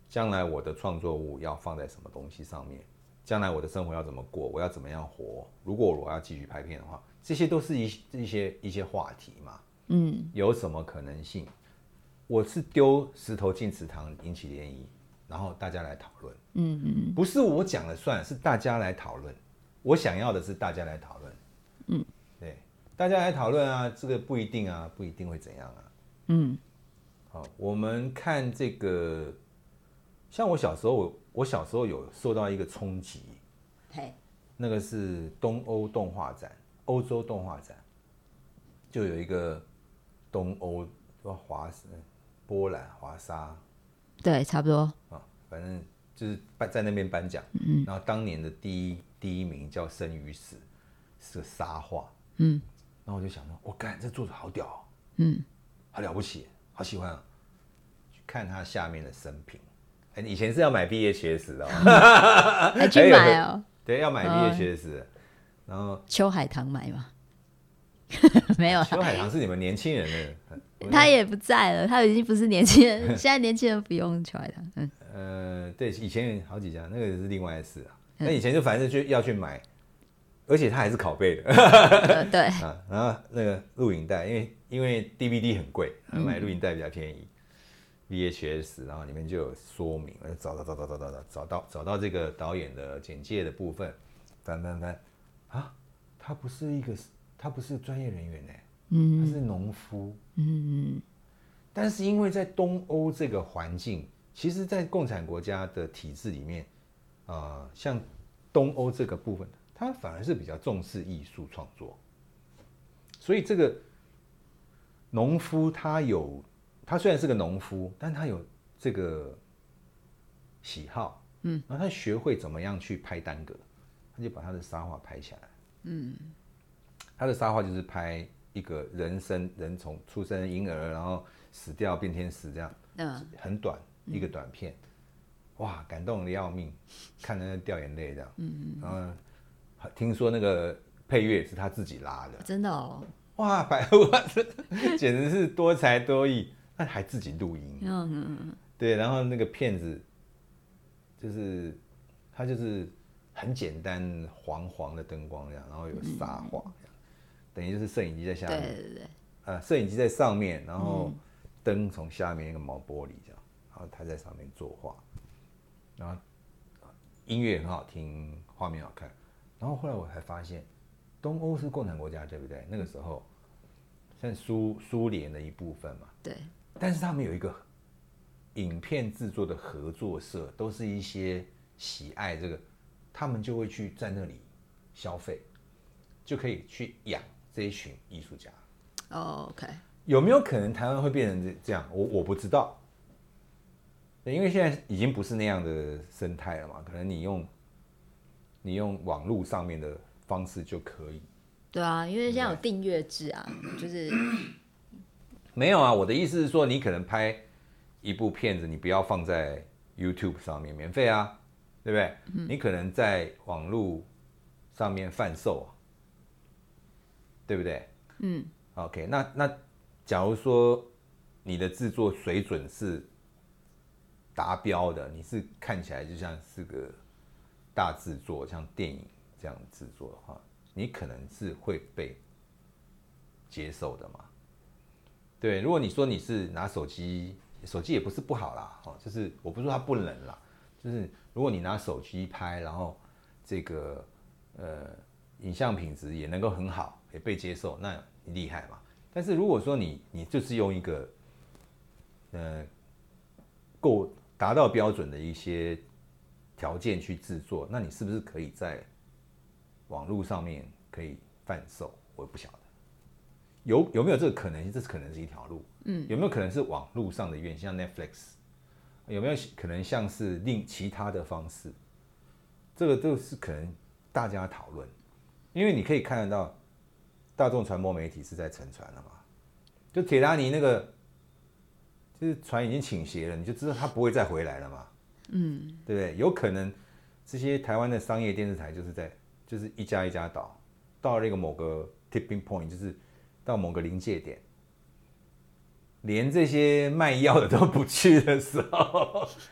[SPEAKER 2] 将来我的创作物要放在什么东西上面，将来我的生活要怎么过，我要怎么样活，如果我要继续拍片的话，这些都是一一些一些话题嘛。嗯，有什么可能性？我是丢石头进池塘引起涟漪，然后大家来讨论。嗯嗯，不是我讲了算，是大家来讨论。我想要的是大家来讨论。嗯，对，大家来讨论啊，这个不一定啊，不一定会怎样啊。嗯，好，我们看这个，像我小时候，我小时候有受到一个冲击。嘿，那个是东欧动画展，欧洲动画展，就有一个东欧华波兰华沙，
[SPEAKER 3] 对，差不多
[SPEAKER 2] 啊，反正就是在那边颁奖。嗯，然后当年的第一第一名叫《生与死》，是个沙画。嗯，然后我就想说，我干，这作者好屌哦，嗯，好了不起，好喜欢啊！去看他下面的生平。哎，以前是要买 V H S 的、哦，
[SPEAKER 3] 还去买哦。
[SPEAKER 2] 对，要买 V H S，、哦、然后
[SPEAKER 3] 秋海棠买吗？没有，
[SPEAKER 2] 秋海棠是你们年轻人
[SPEAKER 3] 的，他也不在了，他已经不是年轻人，现在年轻人不用秋海棠。嗯，
[SPEAKER 2] 呃，对，以前好几家，那个是另外的事啊。那以前就反正就要去买，而且它还是拷贝的。
[SPEAKER 3] 呃、对
[SPEAKER 2] 啊，然后那个录影带，因为因为 D V D 很贵，买录影带比较便宜。嗯V H S， 然后里面就有说明，找到找到找到找到找到这个导演的简介的部分，翻翻翻，啊，他不是一个，他不是专业人员呢，嗯，他是农夫，嗯，但是因为在东欧这个环境，其实，在共产国家的体制里面，呃，像东欧这个部分，他反而是比较重视艺术创作，所以这个农夫他有。他虽然是个农夫，但他有这个喜好，嗯，然后他学会怎么样去拍单格，他就把他的插画拍起来，嗯，他的插画就是拍一个人生人从出生婴儿，然后死掉变天使这样，嗯，很短一个短片，哇，感动的要命，看得掉眼泪这样，嗯，然后听说那个配乐是他自己拉的，
[SPEAKER 3] 真的哦，
[SPEAKER 2] 哇，百万，简直是多才多艺。但还自己录音，嗯嗯嗯，对，然后那个片子就是它就是很简单黄黄的灯光这样，然后有沙画这样，等于就是摄影机在下面，
[SPEAKER 3] 对对对，
[SPEAKER 2] 呃，摄影机在上面，然后灯从下面一个毛玻璃这样，然后他在上面作画，然后音乐很好听，画面好看，然后后来我才发现，东欧是共产国家对不对？那个时候像苏苏联的一部分嘛，
[SPEAKER 3] 对。
[SPEAKER 2] 但是他们有一个影片制作的合作社，都是一些喜爱这个，他们就会去在那里消费，就可以去养这一群艺术家。
[SPEAKER 3] 哦、oh, ，OK，
[SPEAKER 2] 有没有可能台湾会变成这样？我我不知道，因为现在已经不是那样的生态了嘛。可能你用你用网络上面的方式就可以。
[SPEAKER 3] 对啊，因为现在有订阅制啊，就是。
[SPEAKER 2] 没有啊，我的意思是说，你可能拍一部片子，你不要放在 YouTube 上面免费啊，对不对？嗯、你可能在网络上面贩售、啊，对不对？嗯。OK， 那那假如说你的制作水准是达标的，你是看起来就像是个大制作，像电影这样制作的话，你可能是会被接受的嘛。对，如果你说你是拿手机，手机也不是不好啦，哦，就是我不是说它不能啦，就是如果你拿手机拍，然后这个呃影像品质也能够很好，也被接受，那你厉害嘛。但是如果说你你就是用一个呃够达到标准的一些条件去制作，那你是不是可以在网络上面可以贩售？我也不晓得。有有没有这个可能性？这是可能是一条路。嗯，有没有可能是网络上的院，像 Netflix？有没有可能像是另其他的方式？这个都是可能大家讨论，因为你可以看得到，大众传播媒体是在沉船了嘛？就铁达尼那个，就是船已经倾斜了，你就知道它不会再回来了嘛。嗯，对不对？有可能这些台湾的商业电视台就是在就是一家一家倒，到了那个某个 tipping point， 就是。到某个临界点，连这些卖药的都不去的时候，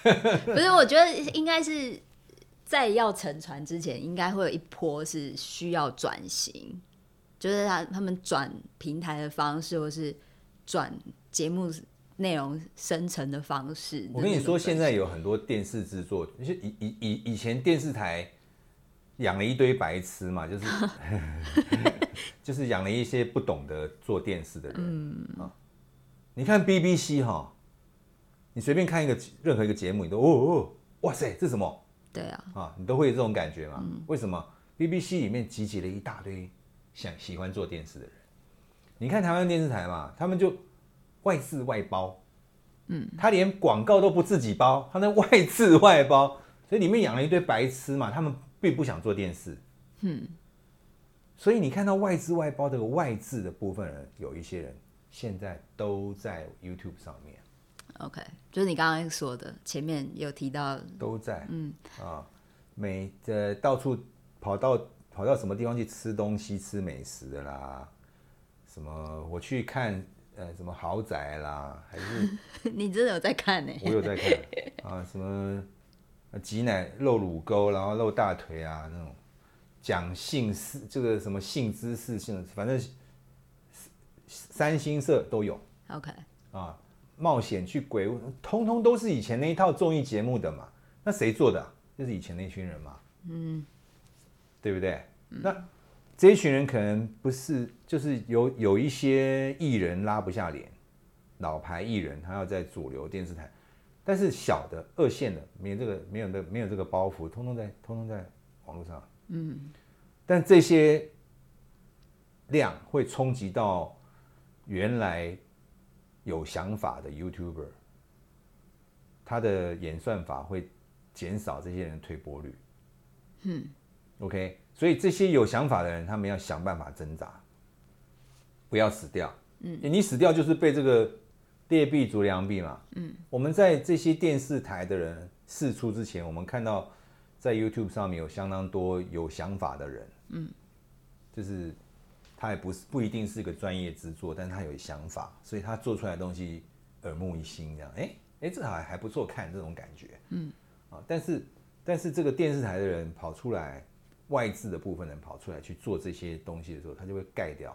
[SPEAKER 3] 不是，我觉得应该是在要沉船之前，应该会有一波是需要转型，就是他他们转平台的方式，或是转节目内容生成的方式。
[SPEAKER 2] 我跟你说，现在有很多电视制作，以以以以前电视台养了一堆白痴嘛，就是就是养了一些不懂得做电视的人。嗯啊，你看 B B C 哈，你随便看一个任何一个节目，你都哦哦，哇塞，这是什么？
[SPEAKER 3] 对啊，
[SPEAKER 2] 啊，你都会有这种感觉嘛？嗯、为什么 B B C 里面集结了一大堆想喜欢做电视的人？你看台湾电视台嘛，他们就外制外包，嗯，他连广告都不自己包，他那外制外包，所以里面养了一堆白痴嘛，他们并不想做电视，嗯，所以你看到外制外包这个外制的部分人，有一些人现在都在 YouTube 上面。
[SPEAKER 3] OK， 就是你刚刚说的，前面有提到
[SPEAKER 2] 都在，嗯啊，每呃到处跑到跑到什么地方去吃东西、吃美食的啦，什么我去看呃什么豪宅啦，还是
[SPEAKER 3] 你真的有在看呢、欸？
[SPEAKER 2] 我有在看啊，什么挤奶露乳沟，然后露大腿啊那种，讲性事这个什么性知识性，反正三星社都有。
[SPEAKER 3] OK
[SPEAKER 2] 啊。冒险去鬼屋，通通都是以前那一套综艺节目的嘛。那谁做的、啊？就是以前那群人嘛。嗯，对不对？嗯、那这一群人可能不是，就是有有一些艺人拉不下脸，老牌艺人他要在主流电视台，但是小的二线的没有这个没有这没有这个包袱，通通在通通在网络上。嗯，但这些量会冲击到原来有想法的 YouTuber， 他的演算法会减少这些人的推播率。嗯 ，OK， 所以这些有想法的人，他们要想办法挣扎，不要死掉。嗯，你死掉就是被这个劣币逐良币嘛。嗯，我们在这些电视台的人释出之前，我们看到在 YouTube 上面有相当多有想法的人。嗯，就是他也不是不一定是一个专业制作，但是他有想法，所以他做出来的东西耳目一新，这样，哎哎，这还还不错看，这种感觉，嗯，啊，但是但是这个电视台的人跑出来，外制的部分人跑出来去做这些东西的时候，他就会盖掉。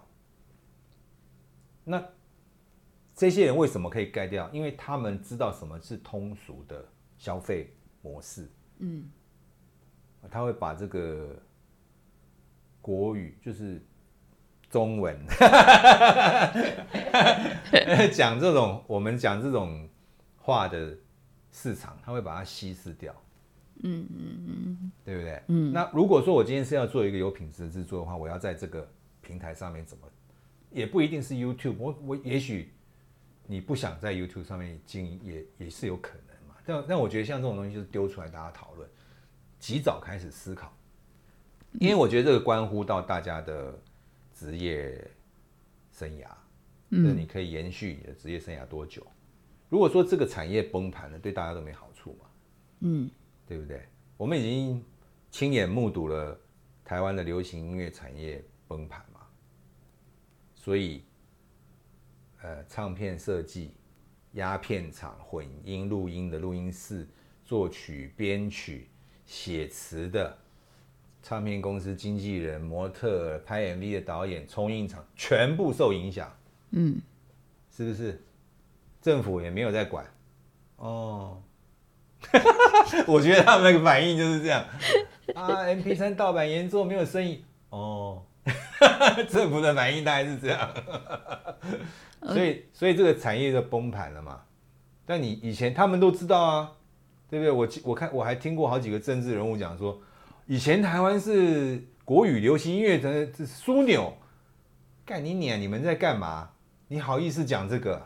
[SPEAKER 2] 那这些人为什么可以盖掉？因为他们知道什么是通俗的消费模式，嗯，他会把这个国语就是中文讲这种我们讲这种话的市场，他会把它稀释掉，嗯嗯嗯，对不对？嗯。那如果说我今天是要做一个有品质的制作的话，我要在这个平台上面怎么，也不一定是 YouTube， 我我也许你不想在 YouTube 上面经营，也也是有可能嘛。但但我觉得像这种东西就是丢出来大家讨论，及早开始思考，因为我觉得这个关乎到大家的职业生涯，就是你可以延续你的职业生涯多久？如果说这个产业崩盘了，对大家都没好处嘛，嗯，对不对？我们已经亲眼目睹了台湾的流行音乐产业崩盘嘛，所以，呃，唱片设计、鸦片厂、混音、录音的录音室、作曲、编曲、写词的。唱片公司、经纪人、模特、拍 M V 的导演、冲印厂，全部受影响。嗯，是不是？政府也没有在管。哦，我觉得他们那个反应就是这样。啊 ，M P 三 盗版严重，没有生意。哦，政府的反应大概是这样。所以，所以这个产业就崩盘了嘛。但你以前他们都知道啊，对不对？我我看我还听过好几个政治人物讲说。以前台湾是国语流行音乐的枢纽，干你娘！你们在干嘛？你好意思讲这个？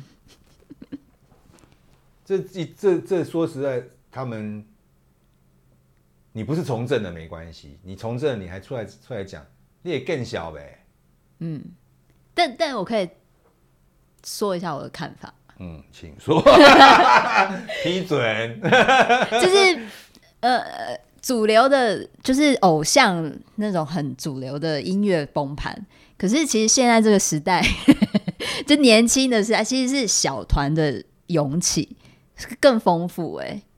[SPEAKER 2] 这这这说实在，他们你不是从政的没关系，你从政你还出来出来讲，你也更小呗。嗯，
[SPEAKER 3] 但但我可以说一下我的看法。
[SPEAKER 2] 嗯，请说。批准。
[SPEAKER 3] 就是呃。主流的就是偶像那种很主流的音乐崩盘，可是其实现在这个时代就年轻的时代其实是小团的涌起更丰富、欸、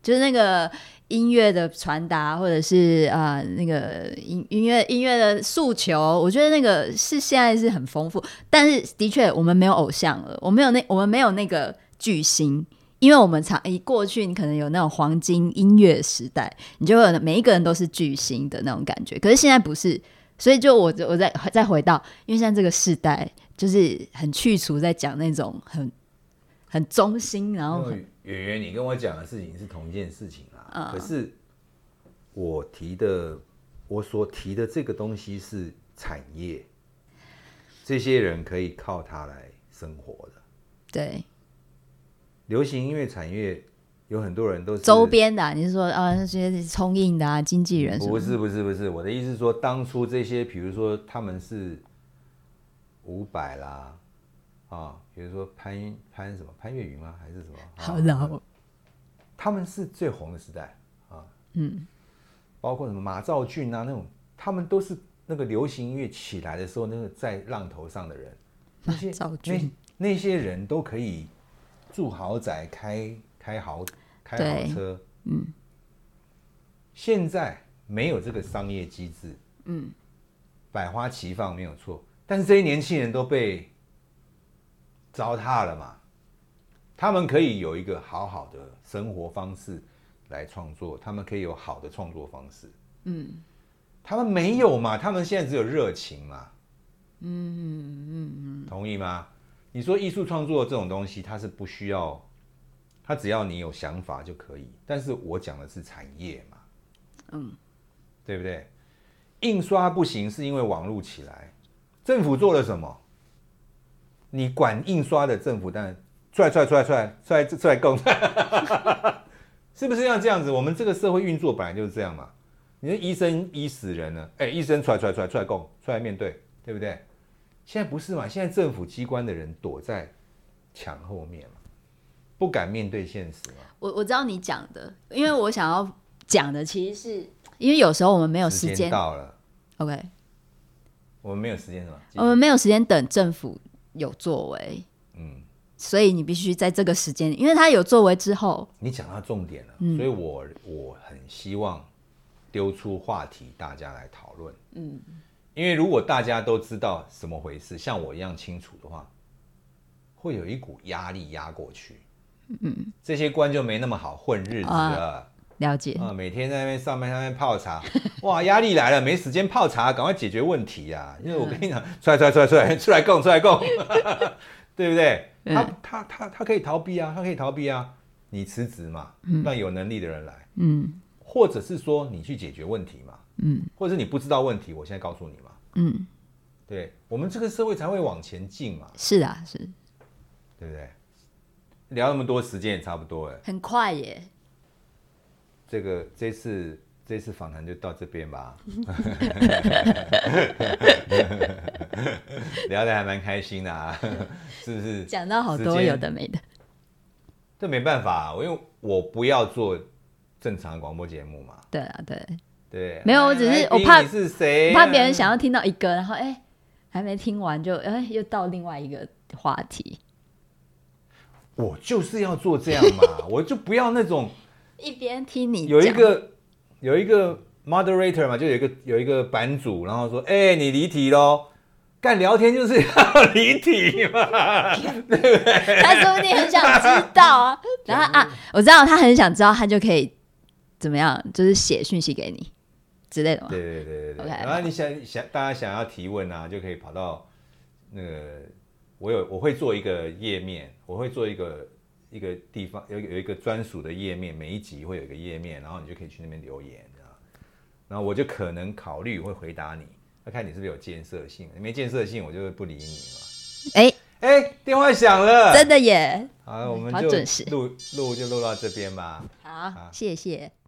[SPEAKER 3] 就是那个音乐的传达，或者是呃那个音音乐音乐的诉求，我觉得那个是现在是很丰富，但是的确我们没有偶像了，我们有那我们没有那个巨星。因为我们常以过去你可能有那种黄金音乐时代，你就会有每一个人都是巨星的那种感觉，可是现在不是，所以就我我再再回到，因为现在这个世代就是很去除在讲那种很很中心，然后很
[SPEAKER 2] 圆圆你跟我讲的事情是同一件事情啊、嗯，可是我提的我所提的这个东西是产业，这些人可以靠它来生活的，
[SPEAKER 3] 对。
[SPEAKER 2] 流行音乐产业有很多人都是
[SPEAKER 3] 周边的、啊，你是说啊那些冲印的啊，经纪人什么？
[SPEAKER 2] 不是不是不是，我的意思是说，当初这些，比如说他们是伍佰啦，啊，比如说潘潘什么潘越云吗？还是什么？
[SPEAKER 3] 好老、啊，
[SPEAKER 2] 他们是最红的时代啊，嗯，包括什么马兆骏啊那种，他们都是那个流行音乐起来的时候，那个在浪头上的人，
[SPEAKER 3] 马兆骏
[SPEAKER 2] 那那些人都可以。住豪宅，开开豪开豪车，嗯，现在没有这个商业机制，嗯，百花齐放没有错，但是这些年轻人都被糟蹋了嘛，他们可以有一个好好的生活方式来创作，他们可以有好的创作方式，嗯，他们没有嘛，他们现在只有热情嘛，嗯嗯嗯，同意吗？你说艺术创作这种东西，它是不需要，它只要你有想法就可以。但是我讲的是产业嘛，嗯，对不对？印刷不行，是因为网络起来，政府做了什么？你管印刷的政府，当然出来出来出来出来出来出来供，是不是要这样子？我们这个社会运作本来就是这样嘛。你说医生医死人了，哎，医生出来出来出来出来供，出来面对，对不对？现在不是嘛？现在政府机关的人躲在墙后面嘛，不敢面对现实嘛。
[SPEAKER 3] 我我知道你讲的，因为我想要讲的其实是因为有时候我们没有时间，
[SPEAKER 2] 时间到了
[SPEAKER 3] ，OK，
[SPEAKER 2] 我们没有时间什么？
[SPEAKER 3] 我们没有时间等政府有作为，嗯，所以你必须在这个时间，因为他有作为之后，
[SPEAKER 2] 你讲到重点了，嗯、所以我我很希望丢出话题，大家来讨论，嗯。因为如果大家都知道什么回事，像我一样清楚的话，会有一股压力压过去。嗯，这些官就没那么好混日子了。啊、
[SPEAKER 3] 了解
[SPEAKER 2] 啊，每天在那边上班，在那边泡茶，哇，压力来了，没时间泡茶，赶快解决问题啊！因为我跟你讲，出来出来出来出来出来供出来供，对不对？他他他他可以逃避啊，他可以逃避啊。你辞职嘛，让有能力的人来，嗯，或者是说你去解决问题嘛。嗯，或者是你不知道问题，我现在告诉你嘛。嗯，对，我们这个社会才会往前进嘛。
[SPEAKER 3] 是啊，是，
[SPEAKER 2] 对不对？聊那么多时间也差不多了，
[SPEAKER 3] 很快耶。
[SPEAKER 2] 这个这次这次访谈就到这边吧。聊得还蛮开心的啊，是不是？
[SPEAKER 3] 讲到好多有的没的。
[SPEAKER 2] 这没办法，因为我不要做正常的广播节目嘛。
[SPEAKER 3] 对啊，对。
[SPEAKER 2] 对，
[SPEAKER 3] 没有，我只是我怕
[SPEAKER 2] 你是谁、啊？
[SPEAKER 3] 我怕别人想要听到一个，然后哎、欸，还没听完就哎、欸、又到另外一个话题。
[SPEAKER 2] 我就是要做这样嘛，我就不要那种
[SPEAKER 3] 一边听你
[SPEAKER 2] 有一个有一个 moderator 嘛，就有一个有一个版主，然后说哎、欸、你离题咯，干聊天就是要离题嘛，对不对？
[SPEAKER 3] 他说不定很想知道啊，然后啊，我知道他很想知道，他就可以怎么样，就是写讯息给你。之类的吗？
[SPEAKER 2] 对对对对对。
[SPEAKER 3] Okay,
[SPEAKER 2] 然后你想想，大家想要提问啊，就可以跑到那个，我有我会做一个页面，我会做一个一个地方有有一个专属的页面，每一集会有一个页面，然后你就可以去那边留言，然后我就可能考虑会回答你，要看你是不是有建设性，没建设性我就会不理你嘛。
[SPEAKER 3] 哎
[SPEAKER 2] 哎、欸，电话响了，
[SPEAKER 3] 真的耶！
[SPEAKER 2] 好，我们就录录就录到这边吧。
[SPEAKER 3] 好，好谢谢。